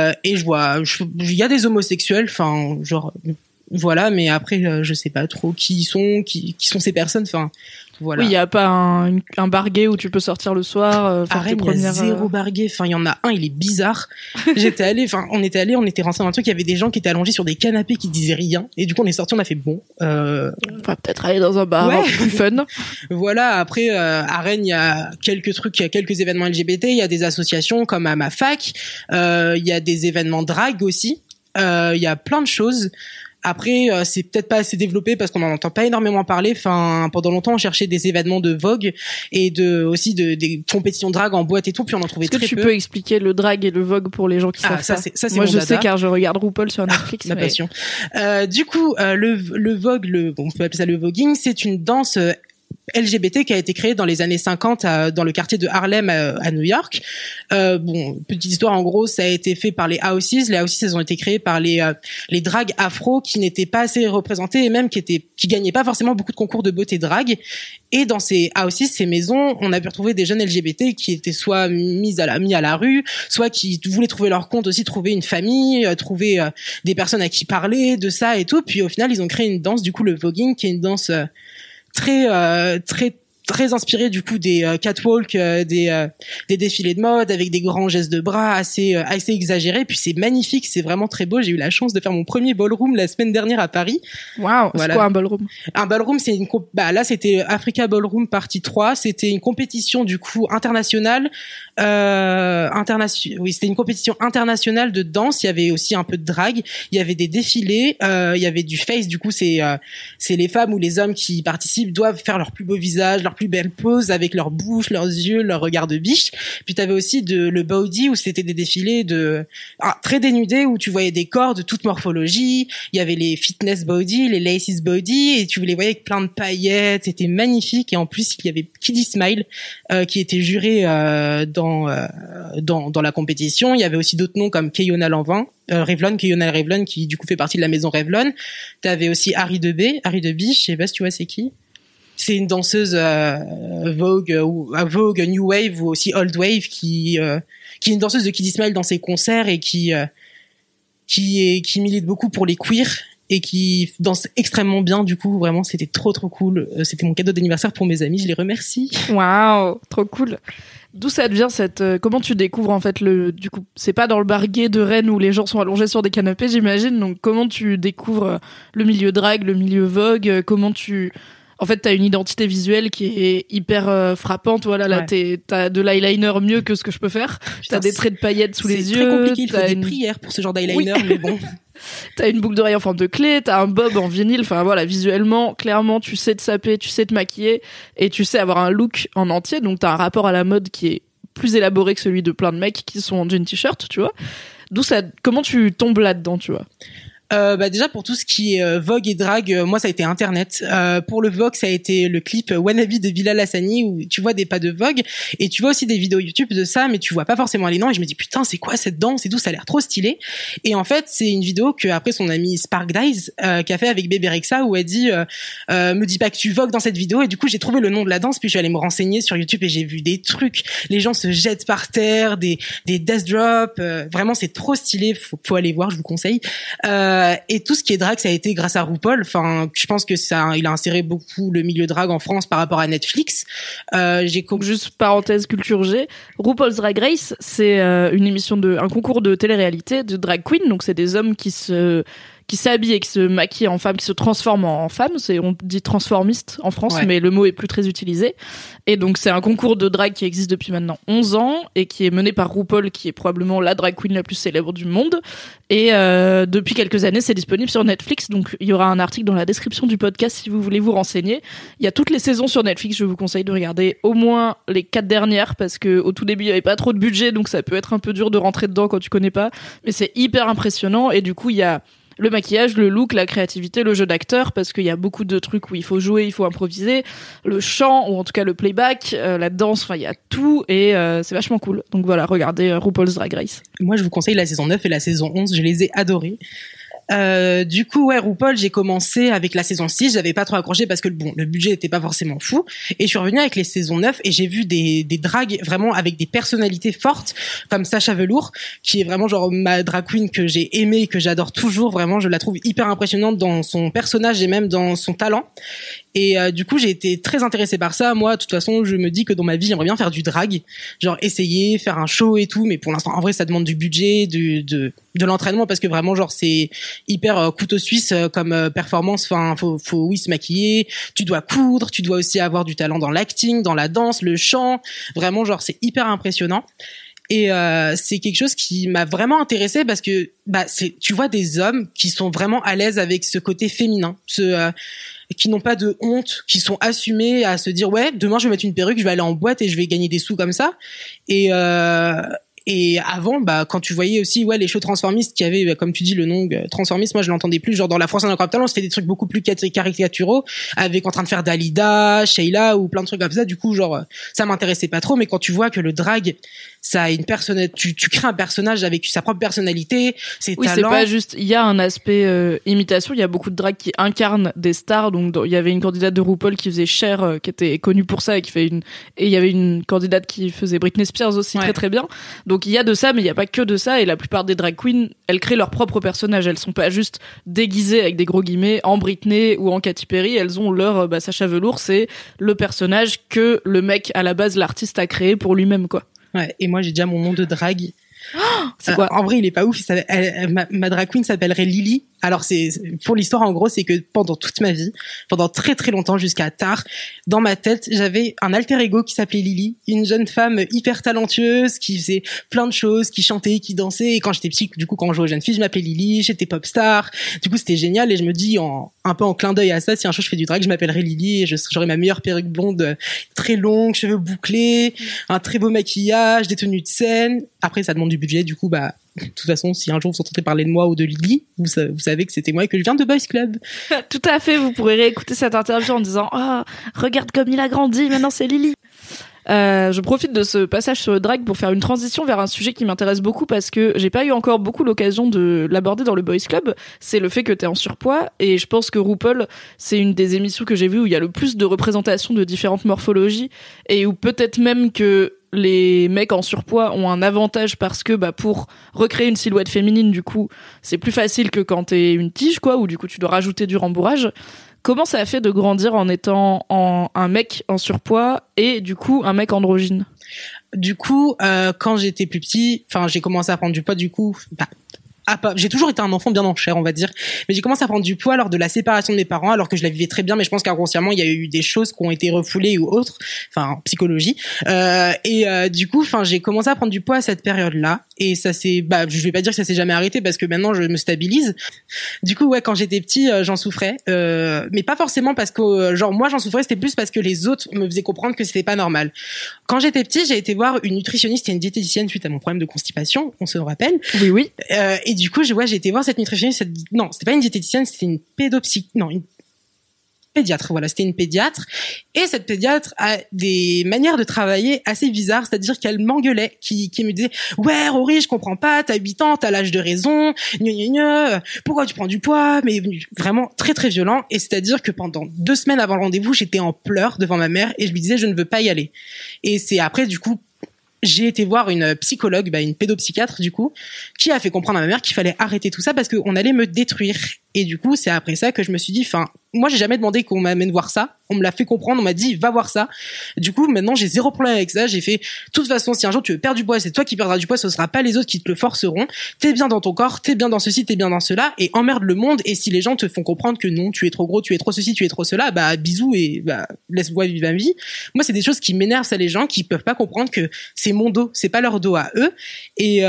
il y a des homosexuels, enfin genre voilà, mais après je sais pas trop qui sont ces personnes, enfin voilà. Oui, il y a pas un bar gay où tu peux sortir le soir. À Rennes, il y a 0 bar gay. Enfin, il y en a un, il est bizarre. On était rentré dans un truc, il y avait des gens qui étaient allongés sur des canapés qui disaient rien. Et du coup, on est sortis, on a fait bon. On va peut-être aller dans un bar un peu plus fun. Voilà. Après, à Rennes, il y a quelques trucs, il y a quelques événements LGBT. Il y a des associations comme à ma fac. Il y a des événements drag aussi. Il y a plein de choses. Après, c'est peut-être pas assez développé parce qu'on n'en entend pas énormément parler. Enfin, pendant longtemps, on cherchait des événements de Vogue et des compétitions drag en boîte et tout, puis on en trouvait très peu. Est-ce que tu peux expliquer le drag et le Vogue pour les gens qui savent ça? Ça, c'est moi, mon je dada. sais car je regarde RuPaul sur Netflix. Ma passion. Du coup, le Vogue, on peut appeler ça le voguing, c'est une danse LGBT qui a été créé dans les années 50 dans le quartier de Harlem à New York. Petite histoire, en gros, ça a été fait par les houses. Les houses, elles ont été créées par les dragues afro qui n'étaient pas assez représentées et même qui gagnaient pas forcément beaucoup de concours de beauté drague. Et dans ces houses, ces maisons, on a pu retrouver des jeunes LGBT qui étaient soit mis à la rue, soit qui voulaient trouver leur compte aussi, trouver une famille, trouver des personnes à qui parler de ça et tout. Puis au final, ils ont créé une danse, du coup le voguing, qui est une danse très inspiré du coup des catwalks, des défilés de mode avec des grands gestes de bras assez exagérés. Puis c'est magnifique, c'est vraiment très beau. J'ai eu la chance de faire mon premier ballroom la semaine dernière à Paris. Waouh, voilà. C'est quoi un ballroom? Un ballroom, c'est là c'était Africa Ballroom partie 3, c'était une compétition du coup internationale. C'était une compétition internationale de danse. Il y avait aussi un peu de drague. Il y avait des défilés. Il y avait du face. Du coup, c'est les femmes ou les hommes qui participent doivent faire leur plus beau visage, leur plus belle pose avec leur bouche, leurs yeux, leur regard de biche. Puis t'avais aussi le body où c'était des défilés très dénudés où tu voyais des corps de toute morphologie. Il y avait les fitness body, les laces body et tu les voyais avec plein de paillettes. C'était magnifique et en plus il y avait Kiddy Smile qui était juré dans la compétition. Il y avait aussi d'autres noms comme Keyona Revlon qui du coup fait partie de la maison Revlon. T'avais aussi Harry de B, je sais pas si tu vois c'est qui. C'est une danseuse Vogue New Wave ou aussi Old Wave qui est une danseuse de Kiddy Smile dans ses concerts et qui milite beaucoup pour les queers et qui danse extrêmement bien. Du coup, vraiment, c'était trop cool. C'était mon cadeau d'anniversaire pour mes amis. Je les remercie. Waouh, trop cool. D'où ça devient comment tu découvres en fait du coup, c'est pas dans le bar gay de Rennes où les gens sont allongés sur des canapés, j'imagine. Donc comment tu découvres le milieu drague, le milieu Vogue, en fait, t'as une identité visuelle qui est hyper frappante. Voilà, là, t'as de l'eyeliner mieux que ce que je peux faire. Putain, t'as des traits de paillettes sous les yeux. C'est très compliqué. Il faut des prières pour ce genre d'eyeliner, mais bon. T'as une boucle d'oreille en forme de clé, t'as un bob en vinyle. Enfin voilà, visuellement, clairement, tu sais te saper, tu sais te maquiller et tu sais avoir un look en entier. Donc t'as un rapport à la mode qui est plus élaboré que celui de plein de mecs qui sont en jean t-shirt, tu vois. Comment tu tombes là-dedans, tu vois? Déjà pour tout ce qui est Vogue et drague, moi ça a été Internet. Pour le Vogue, ça a été le clip Wannabe de Bilal Hassani où tu vois des pas de Vogue et tu vois aussi des vidéos YouTube de ça, mais tu vois pas forcément les noms. Et je me dis putain c'est quoi cette danse et tout, ça a l'air trop stylé. Et en fait c'est une vidéo que après son ami Spark Dies qui a fait avec Bébé Rexha où elle dit me dis pas que tu vogues dans cette vidéo. Et du coup j'ai trouvé le nom de la danse puis je suis allée me renseigner sur YouTube et j'ai vu des trucs. Les gens se jettent par terre, des death drops. Vraiment c'est trop stylé. Faut aller voir, je vous conseille. Et tout ce qui est drague, ça a été grâce à RuPaul. Enfin, je pense que il a inséré beaucoup le milieu drague en France par rapport à Netflix. Juste parenthèse culture G. RuPaul's Drag Race, c'est un concours de télé-réalité de drag queen. Donc c'est des hommes qui s'habillent et qui se maquillent en femmes, qui se transforment en femmes. On dit transformiste en France, mais le mot est plus très utilisé. Et donc, c'est un concours de drague qui existe depuis maintenant 11 ans et qui est mené par RuPaul, qui est probablement la drag queen la plus célèbre du monde. Et depuis quelques années, c'est disponible sur Netflix. Donc, il y aura un article dans la description du podcast si vous voulez vous renseigner. Il y a toutes les saisons sur Netflix. Je vous conseille de regarder au moins les 4 dernières parce que au tout début, il y avait pas trop de budget. Donc, ça peut être un peu dur de rentrer dedans quand tu connais pas. Mais c'est hyper impressionnant. Et du coup, il y a le maquillage, le look, la créativité, le jeu d'acteur, parce qu'il y a beaucoup de trucs où il faut jouer, il faut improviser, le chant, ou en tout cas le playback, la danse, enfin il y a tout, et c'est vachement cool. Donc voilà, regardez RuPaul's Drag Race. Moi je vous conseille la saison 9 et la saison 11, je les ai adorées. Du coup, RuPaul, j'ai commencé avec la saison 6, j'avais pas trop accroché parce que le budget était pas forcément fou, et je suis revenue avec les saisons 9 et j'ai vu des dragues vraiment avec des personnalités fortes, comme Sacha Velour, qui est vraiment genre ma drag queen que j'ai aimée et que j'adore toujours, vraiment, je la trouve hyper impressionnante dans son personnage et même dans son talent. Et du coup, j'ai été très intéressée par ça. Moi, de toute façon, je me dis que dans ma vie, j'aimerais bien faire du drag, genre essayer, faire un show et tout. Mais pour l'instant, en vrai, ça demande du budget, de l'entraînement, parce que vraiment, genre, c'est hyper couteau suisse comme performance. Enfin, faut se maquiller. Tu dois coudre. Tu dois aussi avoir du talent dans l'acting, dans la danse, le chant. Vraiment, genre, c'est hyper impressionnant. Et c'est quelque chose qui m'a vraiment intéressée parce que tu vois des hommes qui sont vraiment à l'aise avec ce côté féminin, qui n'ont pas de honte, qui sont assumés à se dire ouais, demain je vais mettre une perruque, je vais aller en boîte et je vais gagner des sous comme ça. Et Et avant, quand tu voyais aussi, les shows transformistes qui avaient, comme tu dis, le nom transformiste, moi je l'entendais plus, genre dans La France a encore talent, c'était des trucs beaucoup plus caricaturaux, avec en train de faire Dalida, Sheila ou plein de trucs comme ça. Du coup, genre, ça m'intéressait pas trop, mais quand tu vois que le drag, ça a une personne, tu crées un personnage avec sa propre personnalité, ses talents. C'est pas juste, il y a un aspect imitation, il y a beaucoup de drag qui incarnent des stars, donc il y avait une candidate de RuPaul qui faisait Cher, qui était connue pour ça, et il y avait une candidate qui faisait Britney Spears aussi très très bien. Donc il y a de ça, mais il y a pas que de ça, et la plupart des drag queens, elles créent leur propre personnage, elles sont pas juste déguisées avec des gros guillemets en Britney ou en Katy Perry, elles ont leur Sacha Velour, c'est le personnage que le mec à la base, l'artiste a créé pour lui-même, quoi. Ouais, et moi j'ai déjà mon nom de drague. C'est quoi? En vrai, il est pas ouf. Ma drag queen s'appellerait Lily. Alors c'est pour l'histoire, en gros, c'est que pendant toute ma vie, pendant très très longtemps, jusqu'à tard, dans ma tête, j'avais un alter ego qui s'appelait Lily, une jeune femme hyper talentueuse qui faisait plein de choses, qui chantait, qui dansait. Et quand j'étais petite, du coup, quand je jouais aux jeunes filles, je m'appelais Lily, j'étais pop star. Du coup, c'était génial. Et je me dis, un peu en clin d'œil à ça, si un jour je fais du drag, je m'appellerai Lily et j'aurai ma meilleure perruque blonde très longue, cheveux bouclés, un très beau maquillage, des tenues de scène. Après, ça demande du budget. Du coup, de toute façon, si un jour vous entendez parler de moi ou de Lily, vous savez que c'était moi et que je viens de Boys Club. Tout à fait, vous pourrez réécouter cette interview en disant « Oh, regarde comme il a grandi, maintenant c'est Lily ». Je profite de ce passage sur le drag pour faire une transition vers un sujet qui m'intéresse beaucoup parce que j'ai pas eu encore beaucoup l'occasion de l'aborder dans le Boys Club. C'est le fait que t'es en surpoids, et je pense que RuPaul, c'est une des émissions que j'ai vues où il y a le plus de représentation de différentes morphologies, et où peut-être même que les mecs en surpoids ont un avantage parce que pour recréer une silhouette féminine, du coup, c'est plus facile que quand t'es une tige, quoi, où du coup tu dois rajouter du rembourrage. Comment ça a fait de grandir en étant un mec en surpoids et du coup un mec androgyne? Du coup, quand j'étais plus petit, j'ai commencé à prendre du poids, du coup, j'ai toujours été un enfant bien en chair, on va dire, mais j'ai commencé à prendre du poids lors de la séparation de mes parents, alors que je la vivais très bien, mais je pense qu'inconsciemment il y a eu des choses qui ont été refoulées ou autres, en psychologie, du coup, j'ai commencé à prendre du poids à cette période-là, et ça s'est, je vais pas dire que ça s'est jamais arrêté parce que maintenant je me stabilise. Du coup, quand j'étais petit, j'en souffrais, mais pas forcément parce que moi j'en souffrais, c'était plus parce que les autres me faisaient comprendre que c'était pas normal. Quand j'étais petit, j'ai été voir une nutritionniste et une diététicienne suite à mon problème de constipation, on se rappelle. Oui. Et du coup, j'ai été voir cette nutritionniste. Non, c'était pas une diététicienne, c'était une une pédiatre. Voilà, c'était une pédiatre. Et cette pédiatre a des manières de travailler assez bizarres, c'est-à-dire qu'elle m'engueulait, qui me disait « Ouais, Rory, je comprends pas, t'as 8 ans, t'as l'âge de raison, pourquoi tu prends du poids ?» Mais vraiment très très violent. Et c'est-à-dire que pendant 2 semaines avant le rendez-vous, j'étais en pleurs devant ma mère et je lui disais « Je ne veux pas y aller ». Et c'est après, du coup, j'ai été voir une psychologue, une pédopsychiatre du coup, qui a fait comprendre à ma mère qu'il fallait arrêter tout ça parce qu'on allait me détruire. Et du coup, c'est après ça que je me suis dit, moi j'ai jamais demandé qu'on m'amène voir ça. On me l'a fait comprendre, on m'a dit va voir ça. Du coup, maintenant j'ai zéro problème avec ça. J'ai fait, de toute façon, si un jour tu veux perdre du poids, c'est toi qui perdras du poids, ce sera pas les autres qui te le forceront. T'es bien dans ton corps, t'es bien dans ceci, t'es bien dans cela, et emmerde le monde. Et si les gens te font comprendre que non, tu es trop gros, tu es trop ceci, tu es trop cela, bisous et laisse-moi vivre ma vie. Moi, c'est des choses qui m'énervent, ça, les gens qui peuvent pas comprendre que c'est mon dos, c'est pas leur dos à eux. Et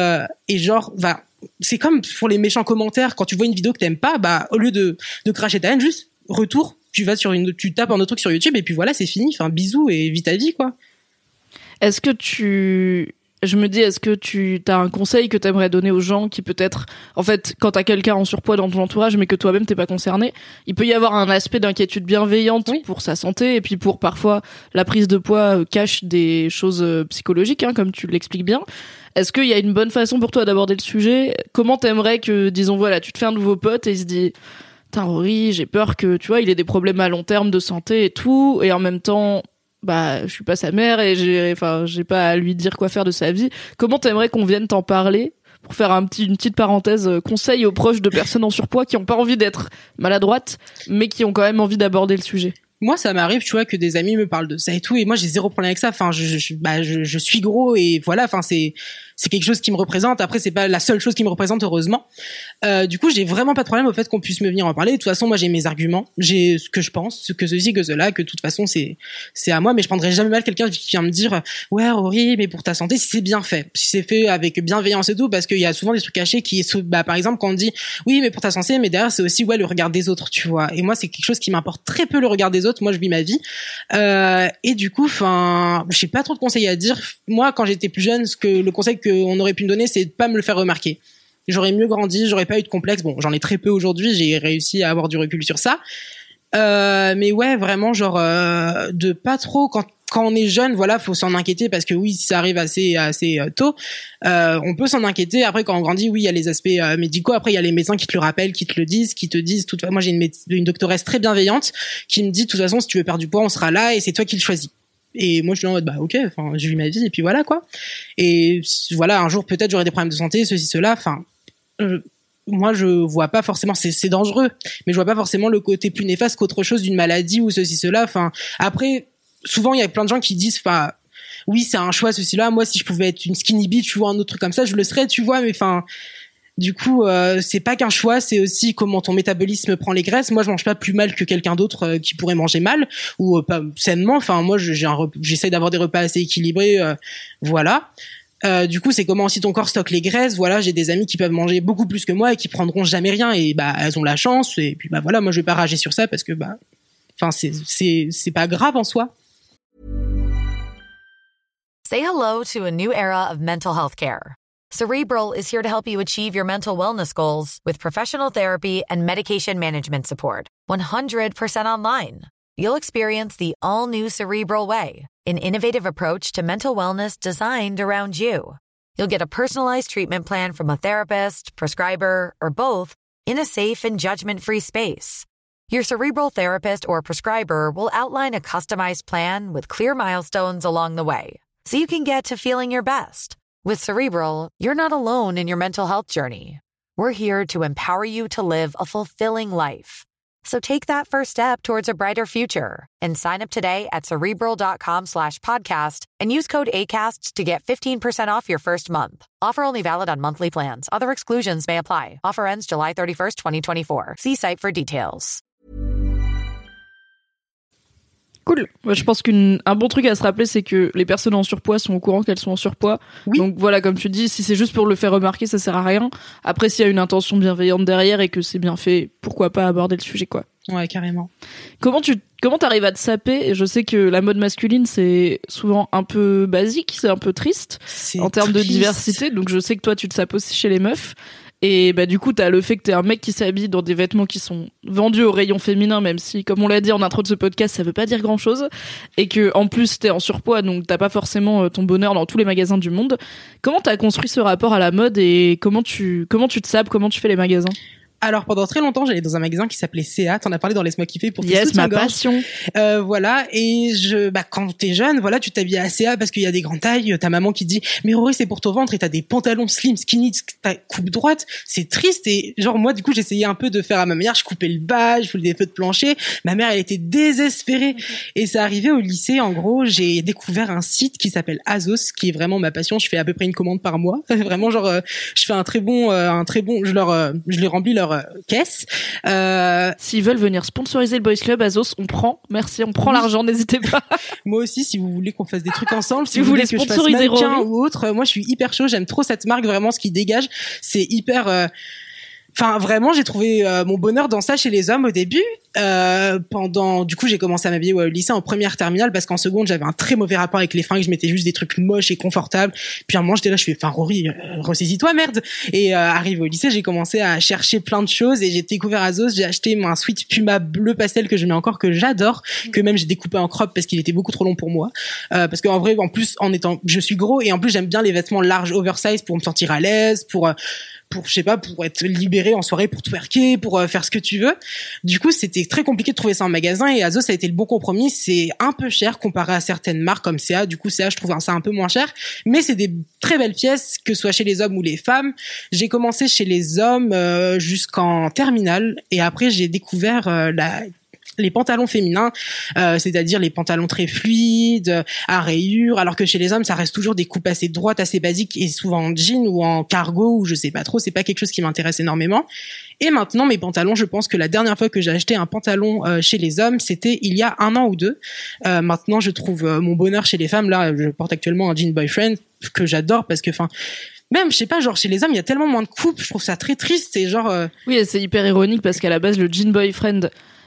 c'est comme pour les méchants commentaires, quand tu vois une vidéo que t'aimes pas, au lieu de cracher ta haine, juste retour, tu tapes un autre truc sur YouTube et puis voilà, c'est fini. Bisous et vis ta vie, quoi. Est-ce que tu as un conseil que t'aimerais donner aux gens qui peut-être, en fait, quand t'as quelqu'un en surpoids dans ton entourage mais que toi-même t'es pas concerné, il peut y avoir un aspect d'inquiétude bienveillante pour sa santé, et puis pour parfois la prise de poids cache des choses psychologiques, comme tu l'expliques bien. Est-ce qu'il y a une bonne façon pour toi d'aborder le sujet? Comment t'aimerais que, disons, voilà, tu te fais un nouveau pote et il se dit « Tain, Rory, j'ai peur que, tu vois, il ait des problèmes à long terme de santé et tout, et en même temps, je suis pas sa mère et j'ai pas à lui dire quoi faire de sa vie. » Comment t'aimerais qu'on vienne t'en parler? Pour faire une petite parenthèse, conseil aux proches de personnes en surpoids qui ont pas envie d'être maladroites, mais qui ont quand même envie d'aborder le sujet. Moi, ça m'arrive, tu vois, que des amis me parlent de ça et tout, et moi, j'ai zéro problème avec ça. Je suis gros et voilà. C'est quelque chose qui me représente. Après, c'est pas la seule chose qui me représente, heureusement. Du coup, j'ai vraiment pas de problème au fait qu'on puisse me venir en parler. De toute façon, moi, j'ai mes arguments, j'ai ce que je pense, que ceci, que cela, que de toute façon, c'est à moi. Mais je prendrai jamais mal quelqu'un qui vient me dire, ouais, Rory, mais pour ta santé, si c'est bien fait, si c'est fait avec bienveillance et tout, parce qu'il y a souvent des trucs cachés qui, par exemple, quand on dit, oui, mais pour ta santé, mais derrière, c'est aussi, le regard des autres, tu vois. Et moi, c'est quelque chose qui m'importe très peu, le regard des autres. Moi, je vis ma vie. Et du coup, j'ai pas trop de conseils à dire. Moi, quand j'étais plus jeune, le conseil que qu'on aurait pu me donner, c'est de pas me le faire remarquer. J'aurais mieux grandi, j'aurais pas eu de complexe. Bon, j'en ai très peu aujourd'hui, j'ai réussi à avoir du recul sur ça. Mais ouais, vraiment, genre, de pas trop, quand on est jeune, voilà, faut s'en inquiéter parce que oui, si ça arrive assez tôt, on peut s'en inquiéter. Après, quand on grandit, oui, il y a les aspects médicaux. Après, il y a les médecins qui te le rappellent, qui te le disent, qui te disent. Moi, j'ai une doctoresse très bienveillante qui me dit, de toute façon, si tu veux perdre du poids, on sera là et c'est toi qui le choisis. Et moi, je suis en mode, bah ok, enfin, je vis ma vie et puis voilà quoi. Et voilà, un jour peut-être j'aurai des problèmes de santé, ceci, cela. Enfin, moi, je vois pas forcément, c'est dangereux, mais je vois pas forcément le côté plus néfaste qu'autre chose d'une maladie ou ceci, cela. Enfin, après. Souvent, il y a plein de gens qui disent, enfin, oui, c'est un choix, ceci-là. Moi, si je pouvais être une skinny bitch ou un autre truc comme ça, je le serais, tu vois. Mais enfin, du coup, c'est pas qu'un choix, c'est aussi comment ton métabolisme prend les graisses. Moi, je mange pas plus mal que quelqu'un d'autre qui pourrait manger mal ou pas sainement. Enfin, moi, j'essaie d'avoir des repas assez équilibrés, voilà. Du coup, c'est comment aussi ton corps stocke les graisses. Voilà, j'ai des amis qui peuvent manger beaucoup plus que moi et qui prendront jamais rien. Et bah, elles ont la chance. Et puis bah voilà, moi, je vais pas rager sur ça parce que bah, enfin, c'est pas grave en soi. Say hello to a new era of mental health care. Cerebral is here to help you achieve your mental wellness goals with professional therapy and medication management support. 100% online. You'll experience the all-new Cerebral Way, an innovative approach to mental wellness designed around you. You'll get a personalized treatment plan from a therapist, prescriber, or both in a safe and judgment-free space. Your Cerebral therapist or prescriber will outline a customized plan with clear milestones along the way, so you can get to feeling your best. With Cerebral, you're not alone in your mental health journey. We're here to empower you to live a fulfilling life. So take that first step towards a brighter future and sign up today at Cerebral.com/podcast and use code ACAST to get 15% off your first month. Offer only valid on monthly plans. Other exclusions may apply. Offer ends July 31st, 2024. See site for details. Cool. Moi, je pense qu'un bon truc à se rappeler, c'est que les personnes en surpoids sont au courant qu'elles sont en surpoids. Oui. Donc voilà, comme tu dis, si c'est juste pour le faire remarquer, ça sert à rien. Après, s'il y a une intention bienveillante derrière et que c'est bien fait, pourquoi pas aborder le sujet, quoi. Ouais, carrément. Comment t'arrives à te saper? Et je sais que la mode masculine, c'est souvent un peu basique, c'est un peu triste en termes de diversité. Donc je sais que toi, tu te sapes aussi chez les meufs. Et bah du coup t'as le fait que t'es un mec qui s'habille dans des vêtements qui sont vendus au rayon féminin, même si comme on l'a dit en intro de ce podcast ça veut pas dire grand chose, et que en plus t'es en surpoids donc t'as pas forcément ton bonheur dans tous les magasins du monde. Comment t'as construit ce rapport à la mode et comment tu te sapes, comment tu fais les magasins? Alors pendant très longtemps, j'allais dans un magasin qui s'appelait CA. T'en as parlé dans Laisse-moi kiffer pour tes Yes, ma passion. Voilà. Et quand t'es jeune, voilà, tu t'habilles à CA parce qu'il y a des grandes tailles. Ta maman qui dit, mais Rory, c'est pour ton ventre et t'as des pantalons slim, skinny, ta coupe droite. C'est triste. Et genre, moi, du coup, j'essayais un peu de faire à ma manière. Je coupais le bas, je faisais des feux de plancher. Ma mère, elle était désespérée. Et ça arrivait au lycée. En gros, j'ai découvert un site qui s'appelle Azos, qui est vraiment ma passion. Je fais à peu près une commande par mois. Vraiment, genre, je fais un très bon, je les remplis leur caisse. S'ils veulent venir sponsoriser le Boys Club, Azos, on prend. Merci, on prend l'argent, n'hésitez pas. Moi aussi, si vous voulez qu'on fasse des trucs ensemble, si vous voulez que sponsoriser je fasse mannequin ou autre, moi je suis hyper chaud, j'aime trop cette marque, vraiment ce qui dégage, c'est hyper... Enfin, vraiment, j'ai trouvé mon bonheur dans ça chez les hommes au début. Du coup, j'ai commencé à m'habiller au lycée en première terminale parce qu'en seconde, j'avais un très mauvais rapport avec les fringues. Je mettais juste des trucs moches et confortables. Puis à un moment, j'étais là, je fais, enfin, Rory, ressaisis-toi, merde. Et arrivé au lycée, j'ai commencé à chercher plein de choses et j'ai découvert Azos. J'ai acheté un sweat Puma bleu pastel que je mets encore, que j'adore, que même j'ai découpé en crop parce qu'il était beaucoup trop long pour moi. Parce qu'en vrai, en plus, je suis gros et en plus, j'aime bien les vêtements larges, oversize pour me sentir à l'aise, pour je sais pas, pour être libéré en soirée, pour twerker, pour faire ce que tu veux. Du coup, c'était très compliqué de trouver ça en magasin et Azos a été le bon compromis. C'est un peu cher comparé à certaines marques comme CA. Du coup, CA, je trouve ça un peu moins cher, mais c'est des très belles pièces, que ce soit chez les hommes ou les femmes. J'ai commencé chez les hommes jusqu'en terminale et après j'ai découvert les pantalons féminins, c'est-à-dire les pantalons très fluides, à rayures, alors que chez les hommes, ça reste toujours des coupes assez droites, assez basiques, et souvent en jean ou en cargo, ou je sais pas trop, c'est pas quelque chose qui m'intéresse énormément. Et maintenant, mes pantalons, je pense que la dernière fois que j'ai acheté un pantalon chez les hommes, c'était il y a 1 an ou 2. Maintenant, je trouve mon bonheur chez les femmes. Là, je porte actuellement un jean boyfriend que j'adore parce que, même, je sais pas, genre, chez les hommes, il y a tellement moins de coupes, je trouve ça très triste, et genre... Oui, c'est hyper ironique parce qu'à la base, le jean boyfriend...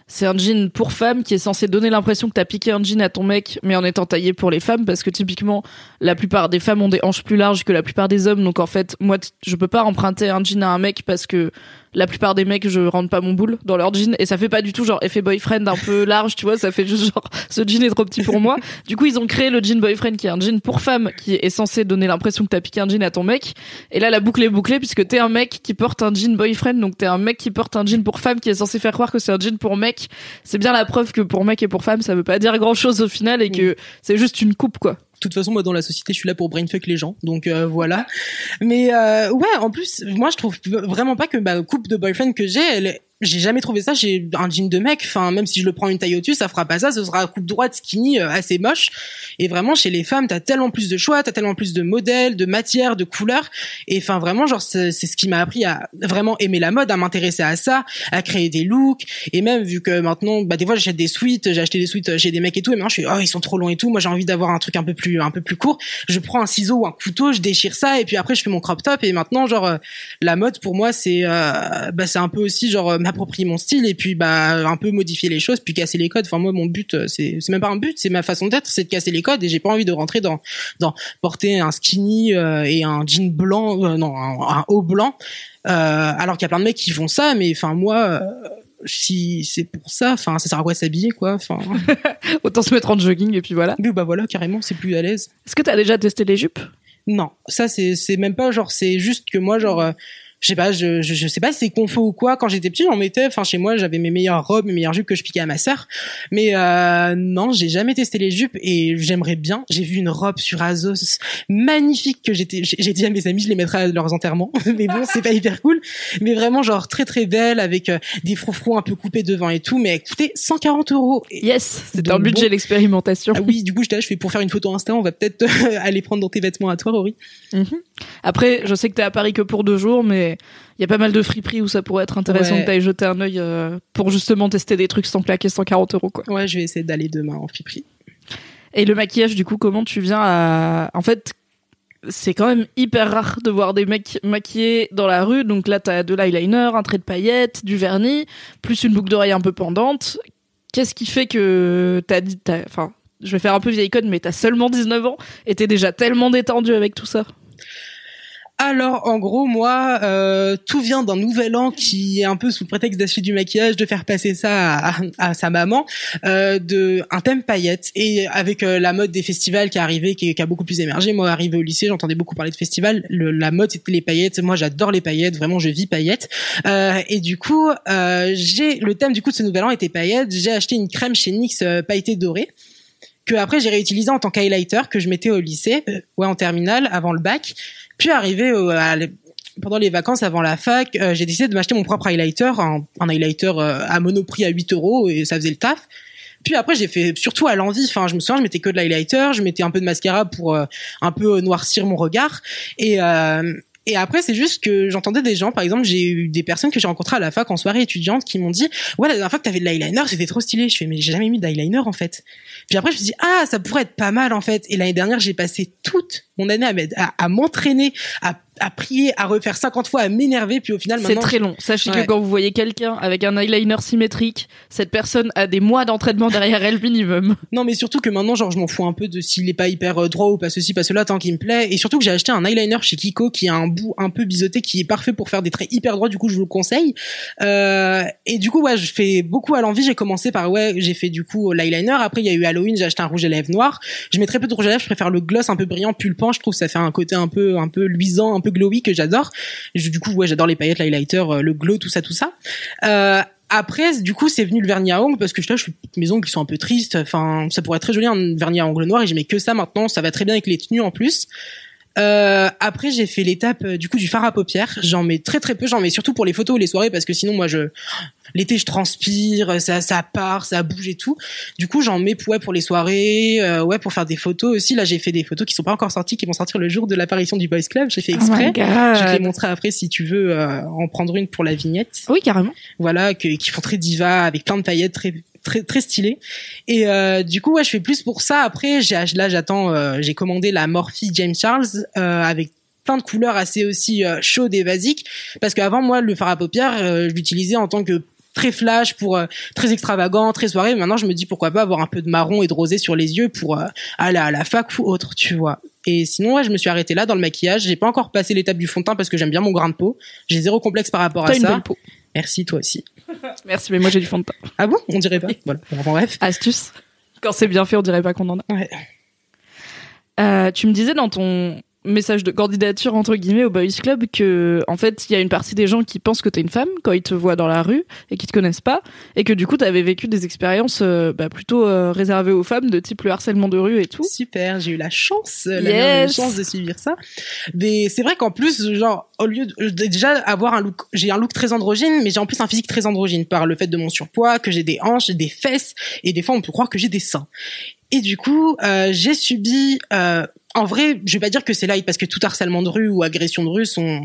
c'est un jean pour femme qui est censé donner l'impression que t'as piqué un jean à ton mec, mais en étant taillé pour les femmes, parce que typiquement, la plupart des femmes ont des hanches plus larges que la plupart des hommes, donc en fait, moi, je peux pas emprunter un jean à un mec parce que la plupart des mecs, je rentre pas mon boule dans leur jean, et ça fait pas du tout genre effet boyfriend un peu large, tu vois, ça fait juste genre, ce jean est trop petit pour moi. Du coup, ils ont créé le jean boyfriend qui est un jean pour femme, qui est censé donner l'impression que t'as piqué un jean à ton mec, et là, la boucle est bouclée puisque t'es un mec qui porte un jean boyfriend, donc t'es un mec qui porte un jean pour femme qui est censé faire croire que c'est un jean pour mec. C'est bien la preuve que pour mec et pour femme, ça veut pas dire grand chose au final, et que c'est juste une coupe, quoi. De toute façon, moi, dans la société, je suis là pour brainfuck les gens, donc voilà. Mais ouais, en plus, moi, je trouve vraiment pas que ma coupe de boyfriend que j'ai jamais trouvé ça chez un jean de mec. Enfin, même si je le prends une taille au-dessus, ça fera pas ça. Ce sera coupe droite, skinny, assez moche. Et vraiment, chez les femmes, t'as tellement plus de choix, t'as tellement plus de modèles, de matières, de couleurs. Et enfin, vraiment, genre, c'est ce qui m'a appris à vraiment aimer la mode, à m'intéresser à ça, à créer des looks. Et même, vu que maintenant, des fois, j'achète des suites, j'ai acheté des suites chez des mecs et tout. Et maintenant, je suis, ils sont trop longs et tout. Moi, j'ai envie d'avoir un truc un peu plus court. Je prends un ciseau ou un couteau, je déchire ça. Et puis après, je fais mon crop top. Et maintenant, genre, la mode, pour moi, c'est un peu aussi, genre, m'approprier mon style et puis un peu modifier les choses, puis casser les codes. Enfin, moi, mon but, c'est même pas un but, c'est ma façon d'être, c'est de casser les codes, et j'ai pas envie de rentrer dans porter un skinny et un jean blanc, un haut blanc, alors qu'il y a plein de mecs qui font ça, mais enfin moi, si c'est pour ça, enfin ça sert à quoi s'habiller, quoi, enfin. Autant se mettre en jogging et puis voilà. Mais voilà, carrément, c'est plus à l'aise. Est-ce que t'as déjà testé les jupes? Non, ça c'est même pas genre, c'est juste que moi genre. Je sais pas, je sais pas si c'est confo ou quoi. Quand j'étais petit, j'en mettais. Enfin, chez moi, j'avais mes meilleures robes, mes meilleures jupes que je piquais à ma sœur. Mais non, j'ai jamais testé les jupes et j'aimerais bien. J'ai vu une robe sur Azos magnifique que j'ai dit à mes amis, je les mettrai à leurs enterrements. Mais bon, c'est pas hyper cool. Mais vraiment, genre très très belle avec des froufrous un peu coupés devant et tout. Mais écoutez, 140 €. Yes, c'était un budget l'expérimentation. Ah oui, du coup, je fais pour faire une photo Insta, on va peut-être aller prendre dans tes vêtements à toi, Rory. Après, je sais que t'es à Paris que pour 2 jours, mais il y a pas mal de friperies où ça pourrait être intéressant que t'ailles jeter un œil pour justement tester des trucs sans claquer 140 €, quoi. Ouais, je vais essayer d'aller demain en friperie. Et le maquillage, du coup, comment tu viens à... En fait, c'est quand même hyper rare de voir des mecs maquillés dans la rue. Donc là, t'as de l'eyeliner, un trait de paillettes, du vernis, plus une boucle d'oreille un peu pendante. Qu'est-ce qui fait que enfin, je vais faire un peu vieille conne, mais t'as seulement 19 ans et t'es déjà tellement détendu avec tout ça? Alors, en gros, moi, tout vient d'un nouvel an qui est un peu sous le prétexte d'acheter du maquillage, de faire passer ça à sa maman, de un thème paillettes, et avec la mode des festivals qui est arrivée, qui a beaucoup plus émergé. Moi, arrivé au lycée, j'entendais beaucoup parler de festivals. La mode, c'était les paillettes. Moi, j'adore les paillettes. Vraiment, je vis paillettes. Et du coup, le thème du coup de ce nouvel an était paillettes. J'ai acheté une crème chez NYX pailletée dorée, que après j'ai réutilisé en tant qu'highlighter, que je mettais au lycée, en terminale, avant le bac. Puis arrivé pendant les vacances avant la fac, j'ai décidé de m'acheter mon propre highlighter, un highlighter à Monoprix à 8 €, et ça faisait le taf. Puis après j'ai fait surtout à l'envie, enfin je me souviens, je mettais que de l'highlighter, je mettais un peu de mascara pour un peu noircir mon regard, et après, c'est juste que j'entendais des gens, par exemple, j'ai eu des personnes que j'ai rencontrées à la fac en soirée étudiante qui m'ont dit « Ouais, la dernière fois que t'avais de l'eyeliner, c'était trop stylé. » Je fais « Mais j'ai jamais mis d'eyeliner, en fait. » Puis après, je me suis dit « Ah, ça pourrait être pas mal, en fait. » Et l'année dernière, j'ai passé toute mon année à m'entraîner, à prier, à refaire 50 fois, à m'énerver, puis au final maintenant... C'est très long. Sachez que quand vous voyez quelqu'un avec un eyeliner symétrique, cette personne a des mois d'entraînement derrière elle minimum. Non, mais surtout que maintenant, genre, je m'en fous un peu de s'il est pas hyper droit ou pas ceci, pas cela, tant qu'il me plaît. Et surtout que j'ai acheté un eyeliner chez Kiko qui a un bout un peu biseauté, qui est parfait pour faire des traits hyper droits, du coup, je vous le conseille. Et du coup, je fais beaucoup à l'envie. J'ai commencé par, j'ai fait du coup l'eyeliner. Après, il y a eu Halloween, j'ai acheté un rouge à lèvres noir. Je mets très peu de rouge à lèvres, je préfère le gloss un peu brillant, pulpant. Je trouve que ça fait un côté un peu luisant, un peu glowy, que j'adore. Du coup, j'adore les paillettes, l'highlighter, le glow, tout ça. Après, du coup, c'est venu le vernis à ongles, parce que mes ongles qui sont un peu tristes. Enfin, ça pourrait être très joli, un vernis à ongles noir, et je mets que ça maintenant. Ça va très bien avec les tenues en plus. Après, j'ai fait l'étape du coup du fard à paupières. J'en mets très très peu. J'en mets surtout pour les photos ou les soirées, parce que sinon, moi, l'été, je transpire, ça part, ça bouge et tout. Du coup, j'en mets pour les soirées, pour faire des photos aussi. Là, j'ai fait des photos qui sont pas encore sorties, qui vont sortir le jour de l'apparition du Boys Club. J'ai fait exprès. Je te les montrer après si tu veux en prendre une pour la vignette. Oui, carrément. Voilà, qui font très diva, avec plein de paillettes, très très très stylé. Et du coup, je fais plus pour ça. Après, j'ai commandé la Morphe James Charles avec plein de couleurs assez aussi chaudes et basiques, parce qu'avant, moi, le fard à paupières, je l'utilisais en tant que très flash, pour très extravagant, très soirée. Maintenant, je me dis pourquoi pas avoir un peu de marron et de rosé sur les yeux pour aller à la fac ou autre, tu vois. Et sinon, ouais, je me suis arrêtée là dans le maquillage. J'ai pas encore passé l'étape du fond de teint parce que j'aime bien mon grain de peau. J'ai zéro complexe par rapport à ça. T'as une belle peau. Merci, toi aussi. Merci, mais moi j'ai du fond de teint. Ah bon? On dirait pas. Voilà. Enfin, bref. Astuce. Quand c'est bien fait, on dirait pas qu'on en a. Ouais. Tu me disais dans ton message de candidature entre guillemets au Boys Club que en fait il y a une partie des gens qui pensent que t'es une femme quand ils te voient dans la rue et qui te connaissent pas, et que du coup t'avais vécu des expériences plutôt réservées aux femmes, de type le harcèlement de rue et tout. Super, j'ai eu la chance de suivre ça. Mais c'est vrai qu'en plus, genre, au lieu de déjà avoir un look, j'ai un look très androgyne, mais j'ai en plus un physique très androgyne par le fait de mon surpoids, que j'ai des hanches, des fesses, et des fois on peut croire que j'ai des seins. Et du coup, j'ai subi, en vrai, je vais pas dire que c'est light parce que tout harcèlement de rue ou agression de rue sont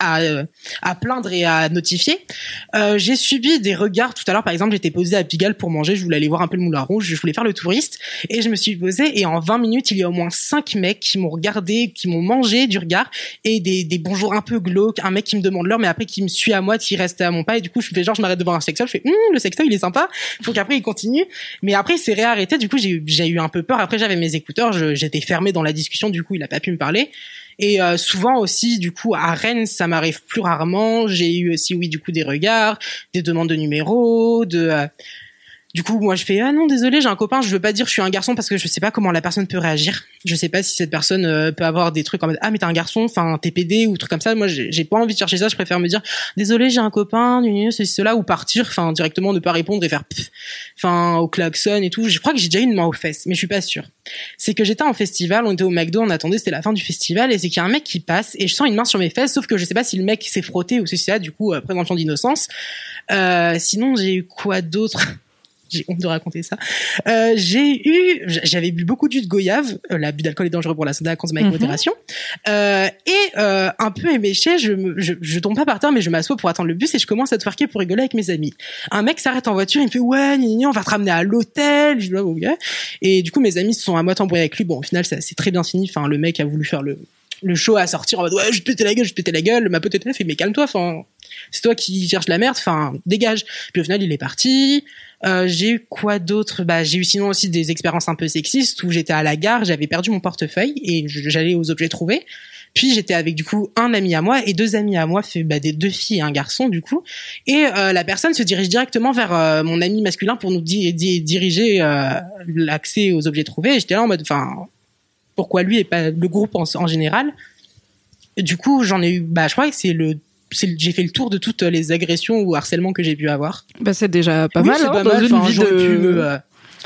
à plaindre et à notifier. J'ai subi des regards tout à l'heure. Par exemple, j'étais posée à Pigalle pour manger. Je voulais aller voir un peu le Moulin Rouge. Je voulais faire le touriste et je me suis posée. Et en 20 minutes, il y a au moins 5 mecs qui m'ont regardé, qui m'ont mangé du regard, et des bonjours un peu glauques. Un mec qui me demande l'heure, mais après qui me suit à moi, qui reste à mon pas. Et du coup, je fais genre, je m'arrête devant un sextoy. Je fais, le sextoy, il est sympa. Faut qu'après il continue. Mais après, il s'est réarrêté. Du coup, j'ai eu un peu peur. Après, j'avais mes écouteurs. J'étais fermée dans la discussion. Du coup, il a pas pu me parler. Et souvent aussi, du coup, à Rennes, ça m'arrive plus rarement. J'ai eu aussi, oui, du coup, des regards, des demandes de numéros, du coup, moi, je fais non, désolé, j'ai un copain. Je veux pas dire je suis un garçon parce que je sais pas comment la personne peut réagir. Je sais pas si cette personne peut avoir des trucs en mode mais t'es un garçon, enfin t'es PD ou truc comme ça. Moi, j'ai pas envie de chercher ça. Je préfère me dire désolé, j'ai un copain, ceci, cela, ou partir, enfin directement ne pas répondre et faire au klaxon et tout. Je crois que j'ai déjà eu une main aux fesses, mais je suis pas sûre. C'est que j'étais en festival, on était au McDo, on attendait, c'était la fin du festival, et c'est qu'il y a un mec qui passe et je sens une main sur mes fesses, sauf que je sais pas si le mec s'est frotté ou si c'est ça. Du coup, présomption d'innocence. Sinon, j'ai eu quoi d'autre? J'ai honte de raconter ça. J'avais bu beaucoup de jus de goyave. L'abus d'alcool est dangereux pour la santé, à consommer avec modération. Un peu éméché, je tombe pas par terre, mais je m'assois pour attendre le bus et je commence à twerker pour rigoler avec mes amis. Un mec s'arrête en voiture, il me fait ouais, on va te ramener à l'hôtel. Je dis ok. Et du coup, mes amis se sont à moitié embrouillés avec lui. Bon, au final, ça c'est très bien fini. Enfin, le mec a voulu faire le show à sortir en mode ouais, je vais te péter la gueule. Ma pote était là, fait mais calme-toi. Enfin, c'est toi qui cherches la merde. Enfin, dégage. Puis au final, il est parti. J'ai eu quoi d'autre? J'ai eu sinon aussi des expériences un peu sexistes où j'étais à la gare, j'avais perdu mon portefeuille et j'allais aux objets trouvés. Puis j'étais avec du coup un ami à moi et 2 amis à moi, des 2 filles et un garçon du coup. Et la personne se dirige directement vers mon ami masculin pour nous diriger l'accès aux objets trouvés. Et j'étais là en mode, pourquoi lui et pas le groupe en général? Et du coup, j'en ai eu, je crois que j'ai fait le tour de toutes les agressions ou harcèlements que j'ai pu avoir. C'est déjà pas oui, mal, c'est pas mal. Une vie j'aurais pu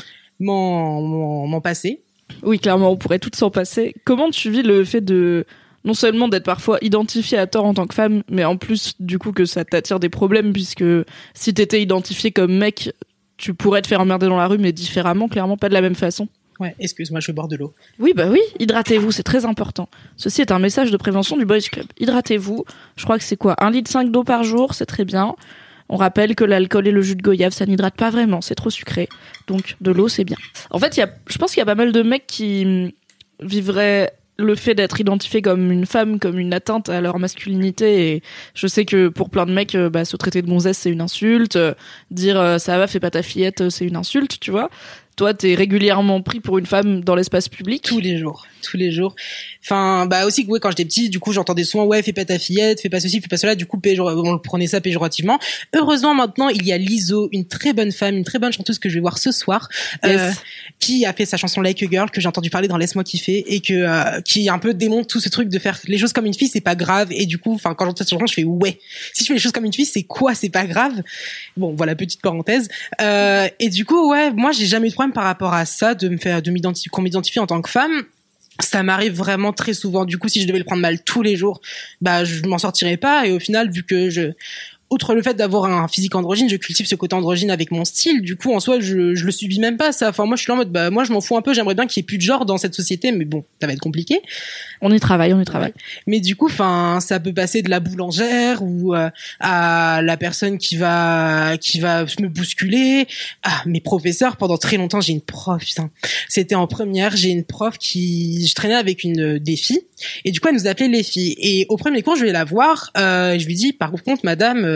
m'en passer. Oui, clairement, on pourrait toutes s'en passer. Comment tu vis le fait de, non seulement d'être parfois identifiée à tort en tant que femme, mais en plus, du coup, que ça t'attire des problèmes, puisque si t'étais identifiée comme mec, tu pourrais te faire emmerder dans la rue, mais différemment, clairement pas de la même façon. Ouais, excuse-moi, je bois de l'eau. Oui, hydratez-vous, c'est très important. Ceci est un message de prévention du Boys Club. Hydratez-vous. Je crois que c'est quoi, 1,5 litre d'eau par jour, c'est très bien. On rappelle que l'alcool et le jus de goyave, ça n'hydrate pas vraiment, c'est trop sucré. Donc, de l'eau, c'est bien. En fait, je pense qu'il y a pas mal de mecs qui vivraient le fait d'être identifié comme une femme, comme une atteinte à leur masculinité. Et je sais que pour plein de mecs, se traiter de gonzesse, c'est une insulte. Dire ça va, fais pas ta fillette, c'est une insulte, tu vois. Toi, t'es régulièrement pris pour une femme dans l'espace public? Tous les jours. Enfin, aussi, ouais, quand j'étais petit, du coup, j'entendais souvent, ouais, fais pas ta fillette, fais pas ceci, fais pas cela. Du coup, on le prenait ça péjorativement. Heureusement, maintenant, il y a Lizzo, une très bonne femme, une très bonne chanteuse que je vais voir ce soir, qui a fait sa chanson Like a Girl, que j'ai entendu parler dans Laisse-moi kiffer, et qui un peu démontre tout ce truc de faire les choses comme une fille, c'est pas grave. Et du coup, enfin, quand j'entends cette chanson, je fais ouais. Si je fais les choses comme une fille, c'est quoi? C'est pas grave. Bon, voilà, petite parenthèse. Et du coup, ouais, moi, j'ai jamais eu de problème par rapport à ça, qu'on m'identifie en tant que femme. Ça m'arrive vraiment très souvent. Du coup, si je devais le prendre mal tous les jours, je m'en sortirais pas. Et au final, vu que outre le fait d'avoir un physique androgyne, je cultive ce côté androgyne avec mon style. Du coup, en soi, je le subis même pas, ça. Enfin, moi, je suis là en mode, moi, je m'en fous un peu. J'aimerais bien qu'il y ait plus de genre dans cette société, mais bon, ça va être compliqué. On y travaille. Mais du coup, enfin, ça peut passer de la boulangère ou à la personne qui va me bousculer. Ah, mes professeurs, pendant très longtemps, j'ai une prof, putain. C'était en première, j'ai une prof je traînais avec des filles. Et du coup, elle nous appelait les filles. Et au premier cours, je vais la voir. Je lui dis, par contre, madame,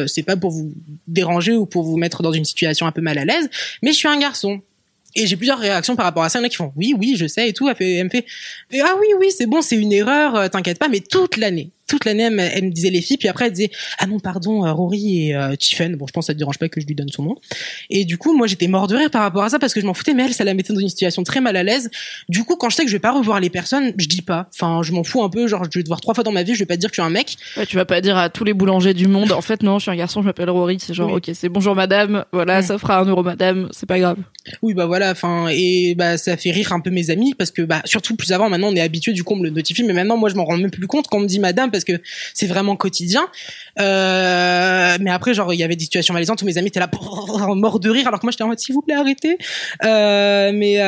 c'est pas pour vous déranger ou pour vous mettre dans une situation un peu mal à l'aise, mais je suis un garçon. Et j'ai plusieurs réactions par rapport à ça. Il y en a qui font oui, je sais et tout. Elle me fait ah oui, c'est bon, c'est une erreur, t'inquiète pas. Mais toute l'année, elle me disait les filles. Puis après, elle disait ah non, pardon, Rory et Tiffen. Bon, je pense que ça te dérange pas que je lui donne son nom. Et du coup, moi, j'étais mort de rire par rapport à ça parce que je m'en foutais. Mais elle, ça la mettait dans une situation très mal à l'aise. Du coup, quand je sais que je vais pas revoir les personnes, je dis pas. Enfin, je m'en fous un peu. Genre, je vais te voir 3 fois dans ma vie. Je vais pas te dire que tu es un mec. Ouais, tu vas pas dire à tous les boulangers du monde. En fait, non, je suis un garçon, je m'appelle Rory. C'est genre, ok, c'est bonjour madame. Voilà, ça fera 1 euro madame. C'est pas grave. Oui, bah voilà. Enfin, et bah ça fait rire un peu mes amis parce que bah surtout plus avant, maintenant on est habitué, du coup on me le notifie, mais maintenant moi je m'en rends même plus compte quand on me dit madame parce que c'est vraiment quotidien. Mais après, genre il y avait des situations malaisantes où mes amis étaient là morts de rire alors que moi j'étais en mode s'il vous plaît arrêtez. Ouais,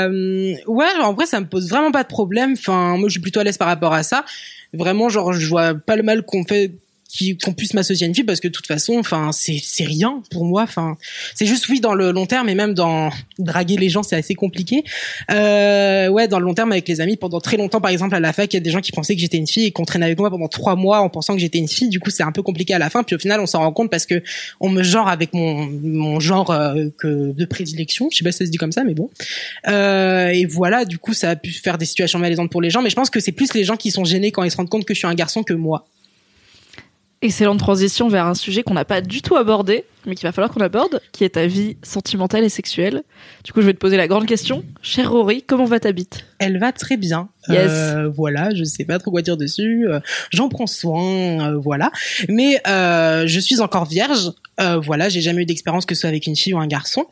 en vrai ça me pose vraiment pas de problème. Enfin, moi je suis plutôt à l'aise par rapport à ça. Vraiment, genre je vois pas le mal qu'on puisse m'associer à une fille parce que de toute façon, enfin c'est rien pour moi. Enfin, c'est juste oui dans le long terme et même dans draguer les gens c'est assez compliqué. Ouais, dans le long terme avec les amis pendant très longtemps, par exemple à la fac, il y a des gens qui pensaient que j'étais une fille et qu'on traînait avec moi pendant 3 mois en pensant que j'étais une fille. Du coup, c'est un peu compliqué à la fin. Puis au final, on s'en rend compte parce que on me genre avec mon genre de prédilection. Je sais pas si ça se dit comme ça, mais bon. Et voilà, du coup, ça a pu faire des situations malaisantes pour les gens. Mais je pense que c'est plus les gens qui sont gênés quand ils se rendent compte que je suis un garçon que moi. Excellente transition vers un sujet qu'on n'a pas du tout abordé, mais qu'il va falloir qu'on aborde, qui est ta vie sentimentale et sexuelle. Du coup, je vais te poser la grande question. Chère Rory, comment va ta bite ? Elle va très bien. Yes. Voilà, je sais pas trop quoi dire dessus. J'en prends soin, voilà. Mais je suis encore vierge. Voilà, j'ai jamais eu d'expérience que ce soit avec une fille ou un garçon.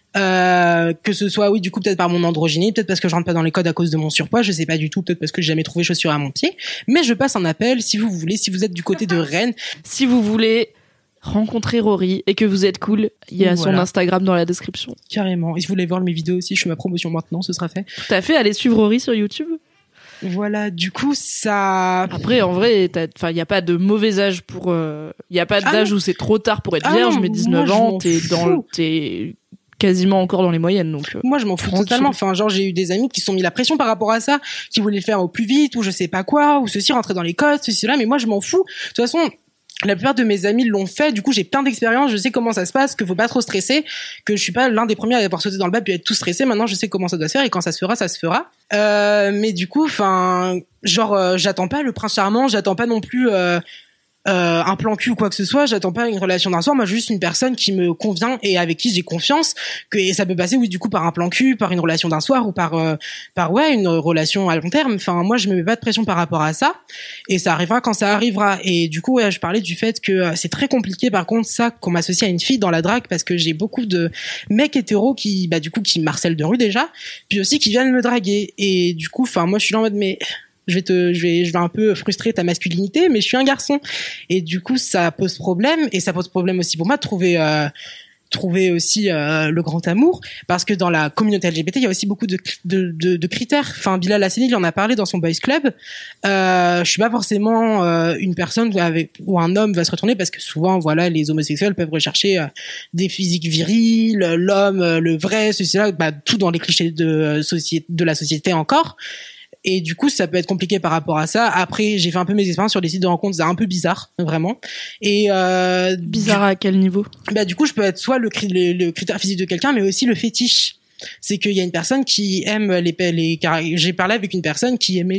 Que ce soit oui du coup peut-être par mon androgynie, peut-être parce que je rentre pas dans les codes à cause de mon surpoids, je sais pas du tout, peut-être parce que j'ai jamais trouvé chaussures à mon pied, mais je passe un appel si vous voulez, si vous êtes du côté de Rennes, si vous voulez rencontrer Rory et que vous êtes cool, il y a son Instagram dans la description. Carrément. Et si vous voulez voir mes vidéos aussi, je fais ma promotion maintenant, ce sera fait. Tout à fait, allez suivre Rory sur YouTube. Voilà, du coup, ça... Après, en vrai, il y a pas de mauvais âge pour... Il y a pas d'âge où c'est trop tard pour être vierge, mais 19 ans, t'es quasiment encore dans les moyennes, donc moi je m'en fous totalement. Enfin, genre j'ai eu des amis qui se sont mis la pression par rapport à ça, qui voulaient le faire au plus vite ou je sais pas quoi, ou ceci rentrer dans les codes, ceci là, mais moi je m'en fous. De toute façon, la plupart de mes amis l'ont fait, du coup j'ai plein d'expériences, je sais comment ça se passe, que faut pas trop stresser, que je suis pas l'un des premiers à avoir sauté dans le bac puis à être tout stressé. Maintenant je sais comment ça doit se faire et quand ça se fera, ça se fera. Mais du coup, enfin, genre j'attends pas le prince charmant, j'attends pas non plus un plan cul ou quoi que ce soit, j'attends pas une relation d'un soir, moi j'ai juste une personne qui me convient et avec qui j'ai confiance, et ça peut passer oui du coup par un plan cul, par une relation d'un soir ou par ouais une relation à long terme. Enfin moi je me mets pas de pression par rapport à ça et ça arrivera quand ça arrivera. Et du coup ouais, je parlais du fait que c'est très compliqué par contre ça qu'on m'associe à une fille dans la drague parce que j'ai beaucoup de mecs hétéros qui bah du coup qui m'harcèlent de rue déjà, puis aussi qui viennent me draguer et du coup enfin moi je suis là en mode mais je vais un peu frustrer ta masculinité, mais je suis un garçon. Et du coup, ça pose problème. Et ça pose problème aussi pour moi de trouver aussi le grand amour, parce que dans la communauté LGBT il y a aussi beaucoup de critères. Enfin Bilal Hassani il en a parlé dans son boys club. Je suis pas forcément une personne où un homme va se retourner, parce que souvent voilà les homosexuels peuvent rechercher des physiques virils, l'homme le vrai, ceci là, bah tout dans les clichés de la société encore. Et du coup, ça peut être compliqué par rapport à ça. Après, j'ai fait un peu mes expériences sur des sites de rencontres, c'est un peu bizarre, vraiment. Et bizarre à quel niveau ? Bah du coup, je peux être soit le critère physique de quelqu'un, mais aussi le fétiche. C'est qu'il y a une personne qui aime j'ai parlé avec une personne qui aimait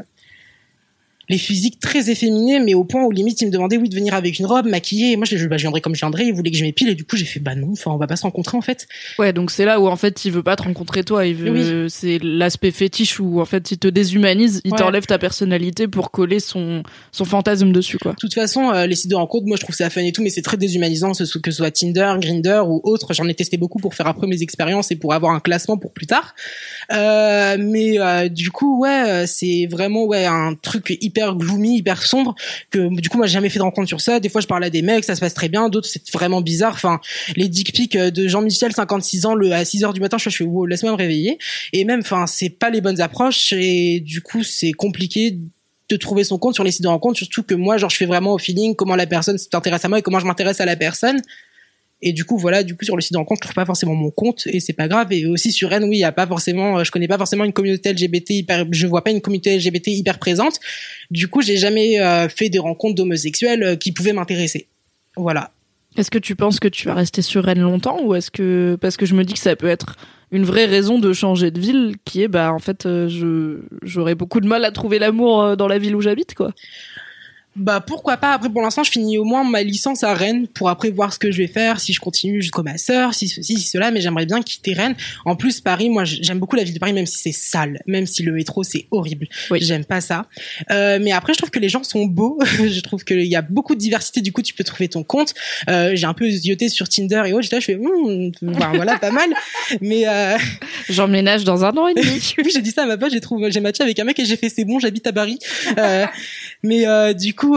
les physiques très efféminés, mais au point où limite il me demandait de venir avec une robe maquillée, et moi je viendrais comme je viendrais, il voulait que je m'épile, et du coup j'ai fait bah non, enfin on va pas se rencontrer en fait. Ouais, donc c'est là où en fait il veut pas te rencontrer toi, c'est l'aspect fétiche où en fait il te déshumanise, il t'enlève ta personnalité pour coller son fantasme dessus quoi. De toute façon les sites de rencontres, moi je trouve ça fun et tout, mais c'est très déshumanisant, que ce soit Tinder, Grindr ou autre. J'en ai testé beaucoup pour faire après mes expériences et pour avoir un classement pour plus tard. Mais du coup ouais, c'est vraiment un truc hyper gloomy, hyper sombre, que du coup moi j'ai jamais fait de rencontre sur ça. Des fois je parle à des mecs, ça se passe très bien, d'autres c'est vraiment bizarre. Enfin les dick pics de Jean-Michel 56 ans à 6h du matin, je fais wow, laisse-moi me réveiller. Et même enfin c'est pas les bonnes approches, et du coup c'est compliqué de trouver son compte sur les sites de rencontre, surtout que moi genre je fais vraiment au feeling comment la personne s'intéresse à moi et comment je m'intéresse à la personne. Et du coup voilà, sur le site de rencontre je trouve pas forcément mon compte, et c'est pas grave. Et aussi sur Rennes, oui, il y a pas forcément, je connais pas forcément une communauté LGBT je vois pas une communauté LGBT hyper présente. Du coup j'ai jamais fait des rencontres d'homosexuels qui pouvaient m'intéresser. Voilà. Est-ce que tu penses que tu vas rester sur Rennes longtemps ou est-ce que parce que je me dis que ça peut être une vraie raison de changer de ville qui est en fait j'aurais beaucoup de mal à trouver l'amour dans la ville où j'habite quoi. Bah pourquoi pas. Après pour l'instant je finis au moins ma licence à Rennes pour après voir ce que je vais faire, si je continue jusqu'au master, si ceci, si cela, mais j'aimerais bien quitter Rennes. En plus Paris, moi j'aime beaucoup la ville de Paris même si c'est sale, même si le métro c'est horrible. Oui. J'aime pas ça. Mais après je trouve que les gens sont beaux, je trouve qu'il y a beaucoup de diversité, du coup tu peux trouver ton compte. J'ai un peu zioté sur Tinder et autres, je fais voilà pas mal. Mais j'emménage dans 1 an et demi. Oui, j'ai dit ça à ma pote, j'ai matché avec un mec et j'ai fait c'est bon, j'habite à Paris. Mais du coup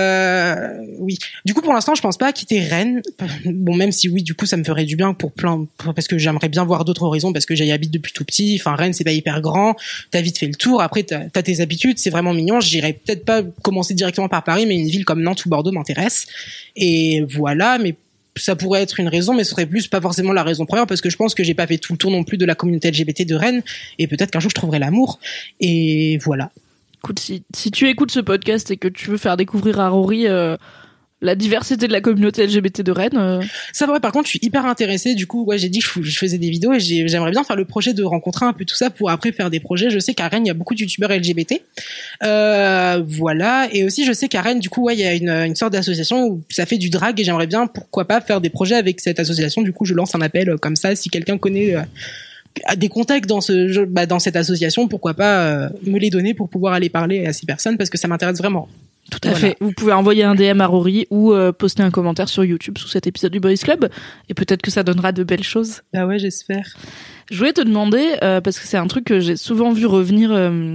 oui. Du coup pour l'instant je pense pas quitter Rennes. Bon même si oui du coup ça me ferait du bien parce que j'aimerais bien voir d'autres horizons parce que j'y habite depuis tout petit. Enfin Rennes c'est pas hyper grand. T'as vite fait le tour. Après t'as tes habitudes. C'est vraiment mignon. J'irais peut-être pas commencer directement par Paris mais une ville comme Nantes ou Bordeaux m'intéresse. Et voilà. Mais ça pourrait être une raison, mais ce serait plus pas forcément la raison première parce que je pense que j'ai pas fait tout le tour non plus de la communauté LGBT de Rennes et peut-être qu'un jour je trouverai l'amour. Et voilà. Écoute, si tu écoutes ce podcast et que tu veux faire découvrir à Rory la diversité de la communauté LGBT de Rennes. Ça vrai, par contre, je suis hyper intéressée. Du coup, j'ai dit que je faisais des vidéos et j'aimerais bien faire le projet de rencontrer un peu tout ça pour après faire des projets. Je sais qu'à Rennes, il y a beaucoup de youtubeurs LGBT. Voilà. Et aussi, je sais qu'à Rennes, du coup, il y a une sorte d'association où ça fait du drag et j'aimerais bien, pourquoi pas, faire des projets avec cette association. Du coup, je lance un appel comme ça. Si quelqu'un connaît des contacts dans dans cette association, pourquoi pas me les donner pour pouvoir aller parler à ces personnes parce que ça m'intéresse vraiment. Tout à fait. Vous pouvez envoyer un DM à Rory ou poster un commentaire sur YouTube sous cet épisode du Boys Club et peut-être que ça donnera de belles choses. Ah ouais, j'espère. Je voulais te demander parce que c'est un truc que j'ai souvent vu revenir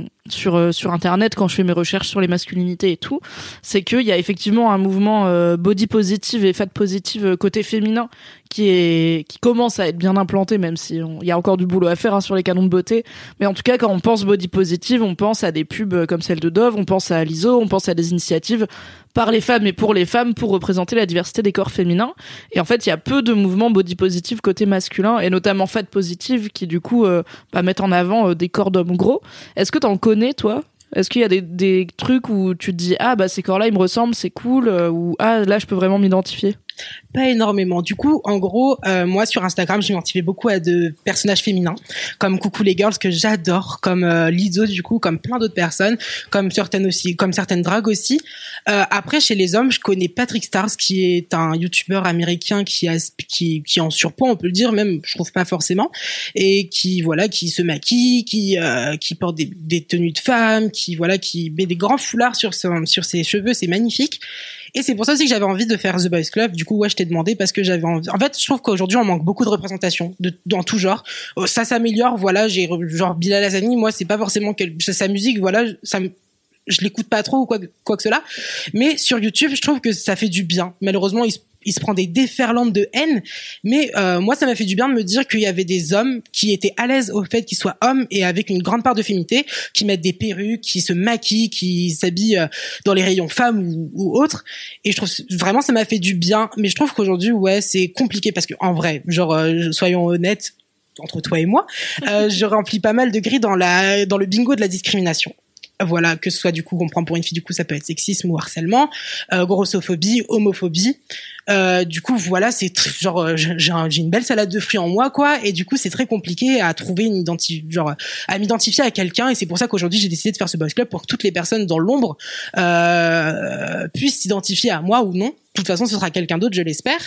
sur internet quand je fais mes recherches sur les masculinités et tout, c'est qu'il y a effectivement un mouvement body positive et fat positive côté féminin qui commence à être bien implanté, même si il y a encore du boulot à faire sur les canons de beauté. Mais en tout cas, quand on pense body positive, on pense à des pubs comme celle de Dove, on pense à l'ISO, on pense à des initiatives par les femmes et pour les femmes pour représenter la diversité des corps féminins. Et en fait, il y a peu de mouvements body positive côté masculin et notamment fat positive qui du coup mettent en avant des corps d'hommes gros. Est-ce que t'en connais toi ? Est-ce qu'il y a des trucs où tu te dis ces corps-là ils me ressemblent, c'est cool ou là je peux vraiment m'identifier ? Pas énormément. Du coup, en gros, moi sur Instagram, je m'identifiais beaucoup à de personnages féminins, comme Coucou les Girls que j'adore, comme Lizzo du coup, comme plein d'autres personnes, comme certaines dragues aussi. Après, chez les hommes, je connais Patrick Stars, qui est un youtubeur américain qui est en surpoids, on peut le dire, même je trouve pas forcément, et qui se maquille, qui porte des tenues de femme, qui met des grands foulards sur ses cheveux, c'est magnifique. Et c'est pour ça aussi que j'avais envie de faire The Boys Club. Du coup, je t'ai demandé parce que j'avais envie. En fait, je trouve qu'aujourd'hui, on manque beaucoup de représentation dans tout genre. Ça s'améliore, voilà. J'ai genre Bilal Hassani. Moi, c'est pas forcément sa musique, voilà. Je l'écoute pas trop ou quoi que cela. Mais sur YouTube, je trouve que ça fait du bien. Malheureusement, il se prend des déferlantes de haine, mais moi ça m'a fait du bien de me dire qu'il y avait des hommes qui étaient à l'aise au fait qu'ils soient hommes et avec une grande part de féminité, qui mettent des perruques, qui se maquillent, qui s'habillent dans les rayons femmes ou autres. Et je trouve vraiment ça m'a fait du bien, mais je trouve qu'aujourd'hui c'est compliqué parce que en vrai, soyons honnêtes entre toi et moi, je remplis pas mal de grilles dans le bingo de la discrimination. Voilà, que ce soit du coup qu'on prend pour une fille, du coup ça peut être sexisme ou harcèlement, grossophobie, homophobie. Du coup voilà, c'est j'ai une belle salade de fruits en moi quoi, et du coup c'est très compliqué à trouver à m'identifier à quelqu'un, et c'est pour ça qu'aujourd'hui j'ai décidé de faire ce Boys Club pour que toutes les personnes dans l'ombre puissent s'identifier à moi ou non. De toute façon, ce sera quelqu'un d'autre, je l'espère,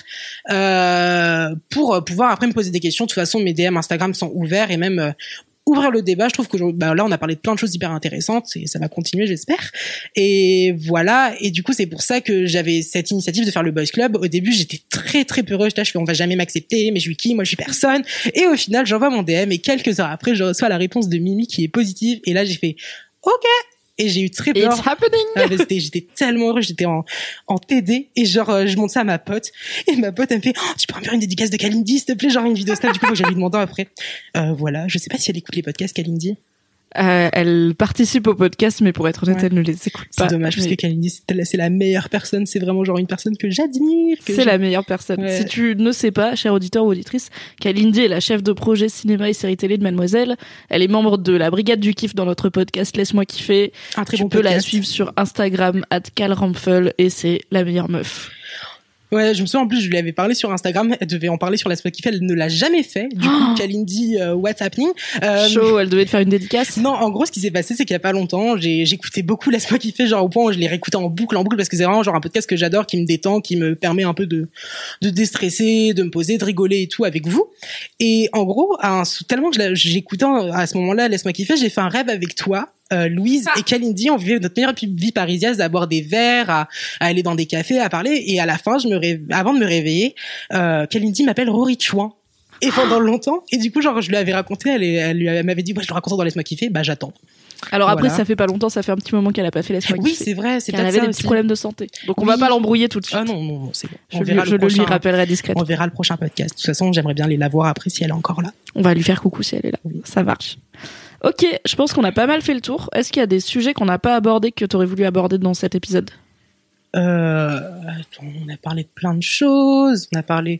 pour pouvoir après me poser des questions. De toute façon, mes DM Instagram sont ouverts et même ouvrir le débat. Je trouve que là on a parlé de plein de choses hyper intéressantes et ça va continuer, j'espère. Et voilà, et du coup c'est pour ça que j'avais cette initiative de faire le Boys Club. Au début j'étais très très peureuse, je fais on va jamais m'accepter, mais je suis qui, moi je suis personne. Et au final j'envoie mon DM et quelques heures après je reçois la réponse de Mimi qui est positive, et là j'ai fait ok. Et j'ai eu très peur. It's happening. J'étais tellement heureuse, j'étais en TD, et je monte ça à ma pote, et ma pote elle me fait tu peux me faire une dédicace de Kalindi s'il te plaît, genre une vidéo snap. Du coup j'allais lui demander après. Voilà, je sais pas si elle écoute les podcasts, Kalindi. Elle participe au podcast, mais pour être honnête, elle ne les écoute pas. C'est dommage, parce que Kalindi, c'est la meilleure personne. C'est vraiment genre une personne que j'admire. La meilleure personne. Ouais. Si tu ne sais pas, cher auditeur ou auditrice, Kalindi est la chef de projet cinéma et série télé de Mademoiselle. Elle est membre de la brigade du kiff dans notre podcast Laisse-moi kiffer. Un très bon podcast. Tu peux la suivre sur Instagram @calrampfel, et c'est la meilleure meuf. Ouais, je me souviens, en plus, je lui avais parlé sur Instagram, elle devait en parler sur Laisse-moi kiffer, elle ne l'a jamais fait. Du coup, Kalindi, what's happening? Chaud, elle devait te faire une dédicace. Non, en gros, ce qui s'est passé, c'est qu'il y a pas longtemps, j'écoutais beaucoup Laisse-moi kiffer, genre au point où je l'ai réécouté en boucle, parce que c'est vraiment genre un podcast que j'adore, qui me détend, qui me permet un peu de déstresser, de me poser, de rigoler et tout avec vous. Et en gros, tellement que j'écoutais à ce moment-là Laisse-moi kiffer, j'ai fait un rêve avec toi. Louise et Kalindi, on vivait notre meilleure vie parisienne, à boire des verres, à aller dans des cafés, à parler. Et à la fin, avant de me réveiller, Kalindi m'appelle Rory Chouin. Et pendant longtemps, et du coup, genre, je lui avais raconté, elle m'avait dit, je le raconte dans Laisse-moi kiffer, j'attends. Alors après, ça fait pas longtemps, ça fait un petit moment qu'elle a pas fait Laisse-moi kiffer. Oui, c'est vrai, c'est peut-être ça. Elle avait des petits problèmes de santé. Donc on va pas l'embrouiller tout de suite. Ah non, c'est bon. Je le lui rappellerai discrètement. On verra le prochain podcast. De toute façon, j'aimerais bien la voir après si elle est encore là. On va lui faire coucou si elle est là. Oui. Ça marche. Ok, je pense qu'on a pas mal fait le tour. Est-ce qu'il y a des sujets qu'on n'a pas abordés que t'aurais voulu aborder dans cet épisode? On a parlé de plein de choses. On a parlé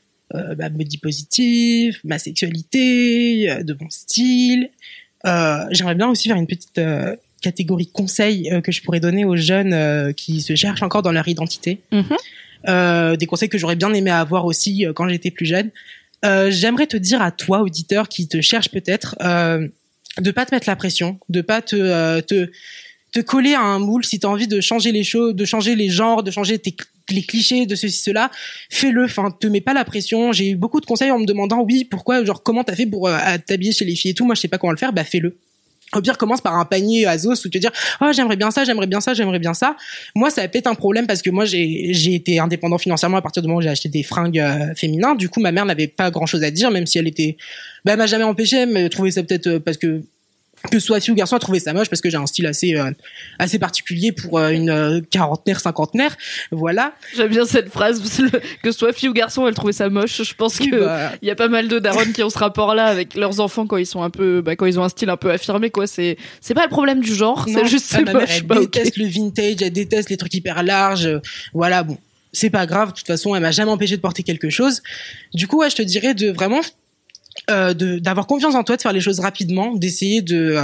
body positif, ma sexualité, de mon style. J'aimerais bien aussi faire une petite catégorie conseils que je pourrais donner aux jeunes qui se cherchent encore dans leur identité. Des conseils que j'aurais bien aimé avoir aussi quand j'étais plus jeune. J'aimerais te dire à toi, auditeur, qui te cherche peut-être, de pas te mettre la pression, de pas te coller à un moule. Si t'as envie de changer les choses, de changer les genres, de changer les clichés, de ceci, cela, fais-le. Enfin, te mets pas la pression. J'ai eu beaucoup de conseils en me demandant, oui, pourquoi, genre, comment t'as fait pour t'habiller chez les filles et tout. Moi, je sais pas comment le faire. Fais-le. Au pire, commence par un panier Azos où te dire, j'aimerais bien ça, j'aimerais bien ça, j'aimerais bien ça. Moi, ça a peut-être un problème parce que moi, j'ai été indépendant financièrement à partir du moment où j'ai acheté des fringues féminins. Du coup, ma mère n'avait pas grand-chose à dire, même si elle m'a jamais empêché, mais trouvait ça peut-être parce que ce soit fille ou garçon, a trouvé ça moche parce que j'ai un style assez particulier pour une quarantenaire, cinquantenaire, voilà. J'aime bien cette phrase, que ce soit fille ou garçon, elle trouvait ça moche. Je pense que il y a pas mal de darons qui ont ce rapport-là avec leurs enfants quand ils sont un peu, quand ils ont un style un peu affirmé, quoi. C'est pas le problème du genre, non, c'est juste c'est ma mère, moche. Elle déteste le vintage, elle déteste les trucs hyper larges, voilà, bon. C'est pas grave, de toute façon, elle m'a jamais empêché de porter quelque chose. Du coup, je te dirais de vraiment d'avoir confiance en toi, de faire les choses rapidement, d'essayer de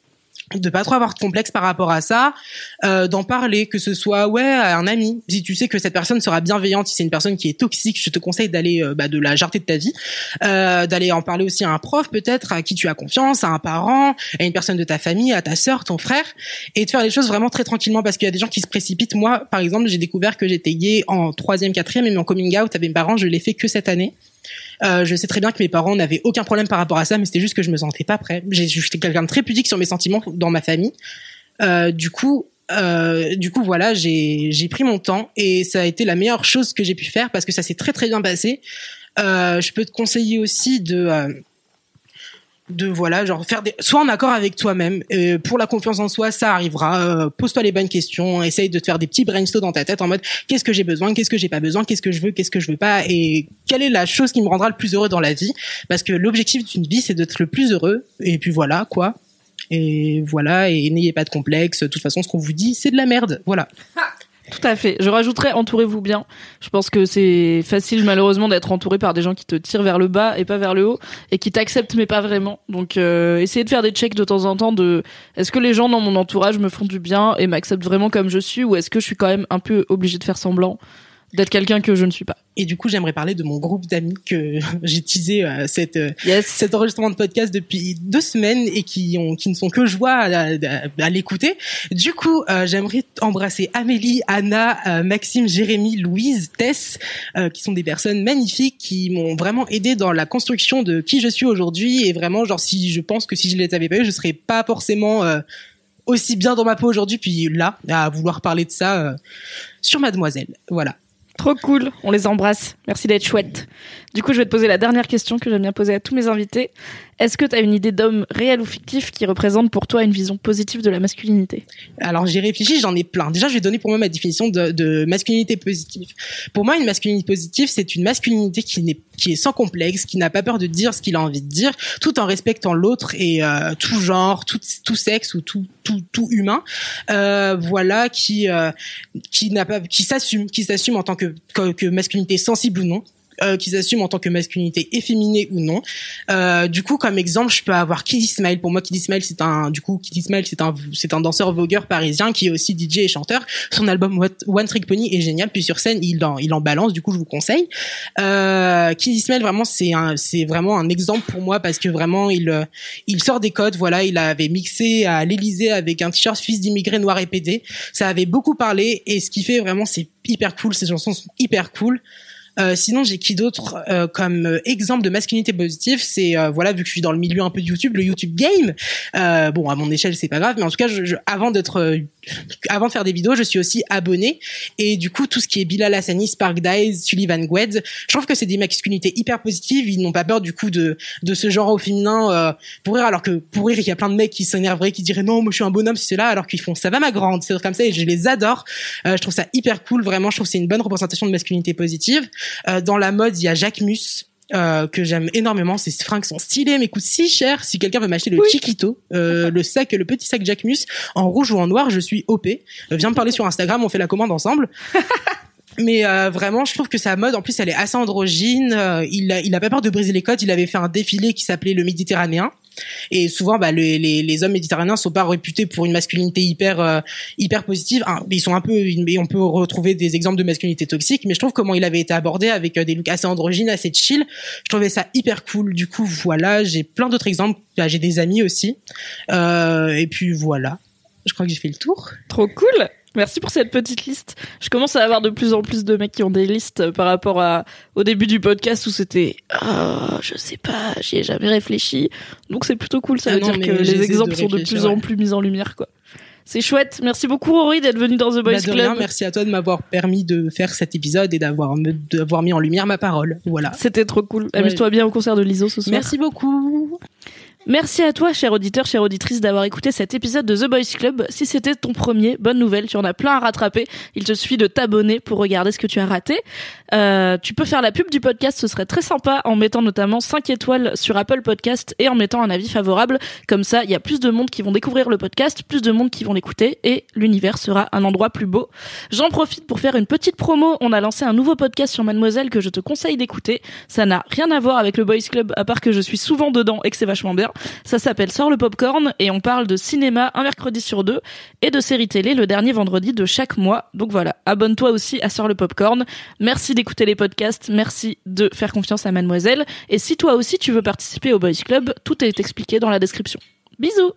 pas trop avoir de complexe par rapport à ça, d'en parler, que ce soit à un ami. Si tu sais que cette personne sera bienveillante, si c'est une personne qui est toxique, je te conseille d'aller de la jarter de ta vie, d'aller en parler aussi à un prof peut-être, à qui tu as confiance, à un parent, à une personne de ta famille, à ta sœur, ton frère, et de faire les choses vraiment très tranquillement parce qu'il y a des gens qui se précipitent. Moi, par exemple, j'ai découvert que j'étais gay en 3e, 4e, et mon coming out avec mes parents, je l'ai fait que cette année. Je sais très bien que mes parents n'avaient aucun problème par rapport à ça, mais c'était juste que je me sentais pas prêt. J'étais quelqu'un de très pudique sur mes sentiments dans ma famille. Du coup, voilà, j'ai pris mon temps et ça a été la meilleure chose que j'ai pu faire parce que ça s'est très très bien passé. Je peux te conseiller aussi de voilà, genre sois en accord avec toi-même. Pour la confiance en soi, ça arrivera. Pose-toi les bonnes questions, essaye de te faire des petits brainstorms dans ta tête en mode qu'est-ce que j'ai besoin, qu'est-ce que j'ai pas besoin, qu'est-ce que je veux pas, et quelle est la chose qui me rendra le plus heureux dans la vie, parce que l'objectif d'une vie c'est d'être le plus heureux, et puis voilà quoi. Et voilà, et n'ayez pas de complexe, de toute façon ce qu'on vous dit c'est de la merde, voilà. Tout à fait. Je rajouterais, entourez-vous bien. Je pense que c'est facile, malheureusement, d'être entouré par des gens qui te tirent vers le bas et pas vers le haut, et qui t'acceptent mais pas vraiment. Donc, essayez de faire des checks de temps en temps de est-ce que les gens dans mon entourage me font du bien et m'acceptent vraiment comme je suis, ou est-ce que je suis quand même un peu obligée de faire semblant d'être quelqu'un que je ne suis pas. Et du coup, j'aimerais parler de mon groupe d'amis que j'ai teasé cet enregistrement de podcast depuis 2 semaines et qui ne sont que joie à l'écouter. Du coup, j'aimerais embrasser Amélie, Anna, Maxime, Jérémy, Louise, Tess, qui sont des personnes magnifiques qui m'ont vraiment aidé dans la construction de qui je suis aujourd'hui, et vraiment, genre, je pense que si je les avais pas eu, je serais pas forcément aussi bien dans ma peau aujourd'hui, puis là, à vouloir parler de ça sur Mademoiselle. Voilà. Trop cool, on les embrasse. Merci d'être chouette. Du coup, je vais te poser la dernière question que j'aime bien poser à tous mes invités. Est-ce que tu as une idée d'homme réel ou fictif qui représente pour toi une vision positive de la masculinité ? Alors, j'ai réfléchi, j'en ai plein. Déjà, je vais donner pour moi ma définition de masculinité positive. Pour moi, une masculinité positive, c'est une masculinité qui est sans complexe, qui n'a pas peur de dire ce qu'il a envie de dire, tout en respectant l'autre et tout genre, tout sexe ou tout humain. Voilà, qui s'assume en tant que masculinité sensible ou non. qui s'assument en tant que masculinité efféminée ou non. Du coup, comme exemple, je peux avoir Kid Ismail. Pour moi, Kid Ismail, c'est un danseur vogueur parisien qui est aussi DJ et chanteur. Son album One Trick Pony est génial. Puis sur scène, il en balance. Du coup, je vous conseille. Kid Ismail, vraiment, c'est vraiment un exemple pour moi parce que vraiment, il sort des codes. Voilà, il avait mixé à l'Élysée avec un t-shirt fils d'immigrés noirs et pédés. Ça avait beaucoup parlé et ce qu'il fait vraiment, c'est hyper cool. Ses chansons sont hyper cool. Sinon, j'ai qui d'autre comme exemple de masculinité positive, c'est voilà, vu que je suis dans le milieu un peu de YouTube, le YouTube Game. Bon, à mon échelle, c'est pas grave, mais en tout cas, avant de faire des vidéos, je suis aussi abonné. Et du coup, tout ce qui est Bilal Hassani, Spark Dies, Sullivan Gwed, je trouve que c'est des masculinités hyper positives. Ils n'ont pas peur du coup de ce genre au féminin pour rire, alors que pour rire, il y a plein de mecs qui s'énerveraient, qui diraient non, moi je suis un bonhomme, c'est là, alors qu'ils font ça va ma grande, c'est comme ça, et je les adore. Je trouve ça hyper cool, vraiment. Je trouve que c'est une bonne représentation de masculinité positive. Dans la mode, il y a Jacques Mus, que j'aime énormément. Ses fringues sont stylées mais coûtent si cher. Si quelqu'un veut m'acheter le Chiquito, le petit sac Jacques Mus en rouge ou en noir, je suis OP. Viens me parler sur Instagram, on fait la commande ensemble. Mais vraiment, je trouve que sa mode, en plus, elle est assez androgyne. Il a pas peur de briser les codes. Il avait fait un défilé qui s'appelait le Méditerranéen. Et souvent, les hommes méditerranéens sont pas réputés pour une masculinité hyper positive. Ils sont un peu, on peut retrouver des exemples de masculinité toxique, mais je trouve comment il avait été abordé avec des looks assez androgynes, assez chill. Je trouvais ça hyper cool. Du coup, voilà, j'ai plein d'autres exemples. J'ai des amis aussi. Et puis voilà. Je crois que j'ai fait le tour. Trop cool. Merci pour cette petite liste. Je commence à avoir de plus en plus de mecs qui ont des listes par rapport au début du podcast où c'était je sais pas, j'y ai jamais réfléchi. Donc c'est plutôt cool, ça veut dire que les exemples sont de plus en plus mis en lumière, quoi. C'est chouette. Merci beaucoup, Rory, d'être venu dans The Boys Club. Rien, merci à toi de m'avoir permis de faire cet épisode et d'avoir mis en lumière ma parole. Voilà. C'était trop cool. Amuse-toi bien au concert de l'ISO ce soir. Merci beaucoup. Merci à toi, cher auditeur, chère auditrice, d'avoir écouté cet épisode de The Boys Club. Si c'était ton premier, bonne nouvelle, tu en as plein à rattraper. Il te suffit de t'abonner pour regarder ce que tu as raté. Tu peux faire la pub du podcast, ce serait très sympa, en mettant notamment 5 étoiles sur Apple Podcast et en mettant un avis favorable. Comme ça, il y a plus de monde qui vont découvrir le podcast, plus de monde qui vont l'écouter et l'univers sera un endroit plus beau. J'en profite pour faire une petite promo. On a lancé un nouveau podcast sur Mademoiselle que je te conseille d'écouter. Ça n'a rien à voir avec le Boys Club, à part que je suis souvent dedans et que c'est vachement bien. Ça s'appelle Sors le Popcorn et on parle de cinéma un mercredi sur 2 et de séries télé le dernier vendredi de chaque mois. Donc voilà, abonne-toi aussi à Sors le Popcorn. Merci d'écouter les podcasts, merci de faire confiance à Mademoiselle. Et si toi aussi tu veux participer au Boys Club, tout est expliqué dans la description. Bisous!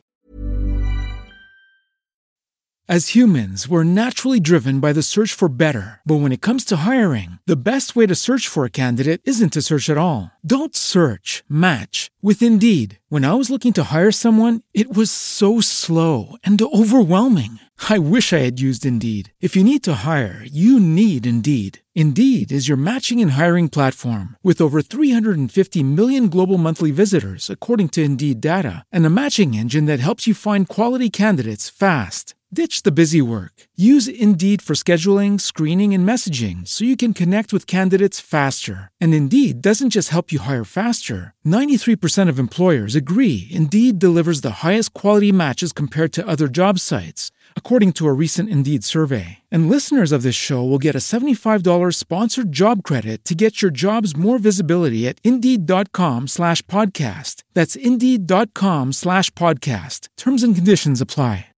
As humans, we're naturally driven by the search for better. But when it comes to hiring, the best way to search for a candidate isn't to search at all. Don't search, match with Indeed. When I was looking to hire someone, it was so slow and overwhelming. I wish I had used Indeed. If you need to hire, you need Indeed. Indeed is your matching and hiring platform with over 350 million global monthly visitors, according to Indeed data, and a matching engine that helps you find quality candidates fast. Ditch the busy work. Use Indeed for scheduling, screening, and messaging so you can connect with candidates faster. And Indeed doesn't just help you hire faster. 93% of employers agree Indeed delivers the highest quality matches compared to other job sites, according to a recent Indeed survey. And listeners of this show will get a $75 sponsored job credit to get your jobs more visibility at Indeed.com/podcast. That's Indeed.com/podcast. Terms and conditions apply.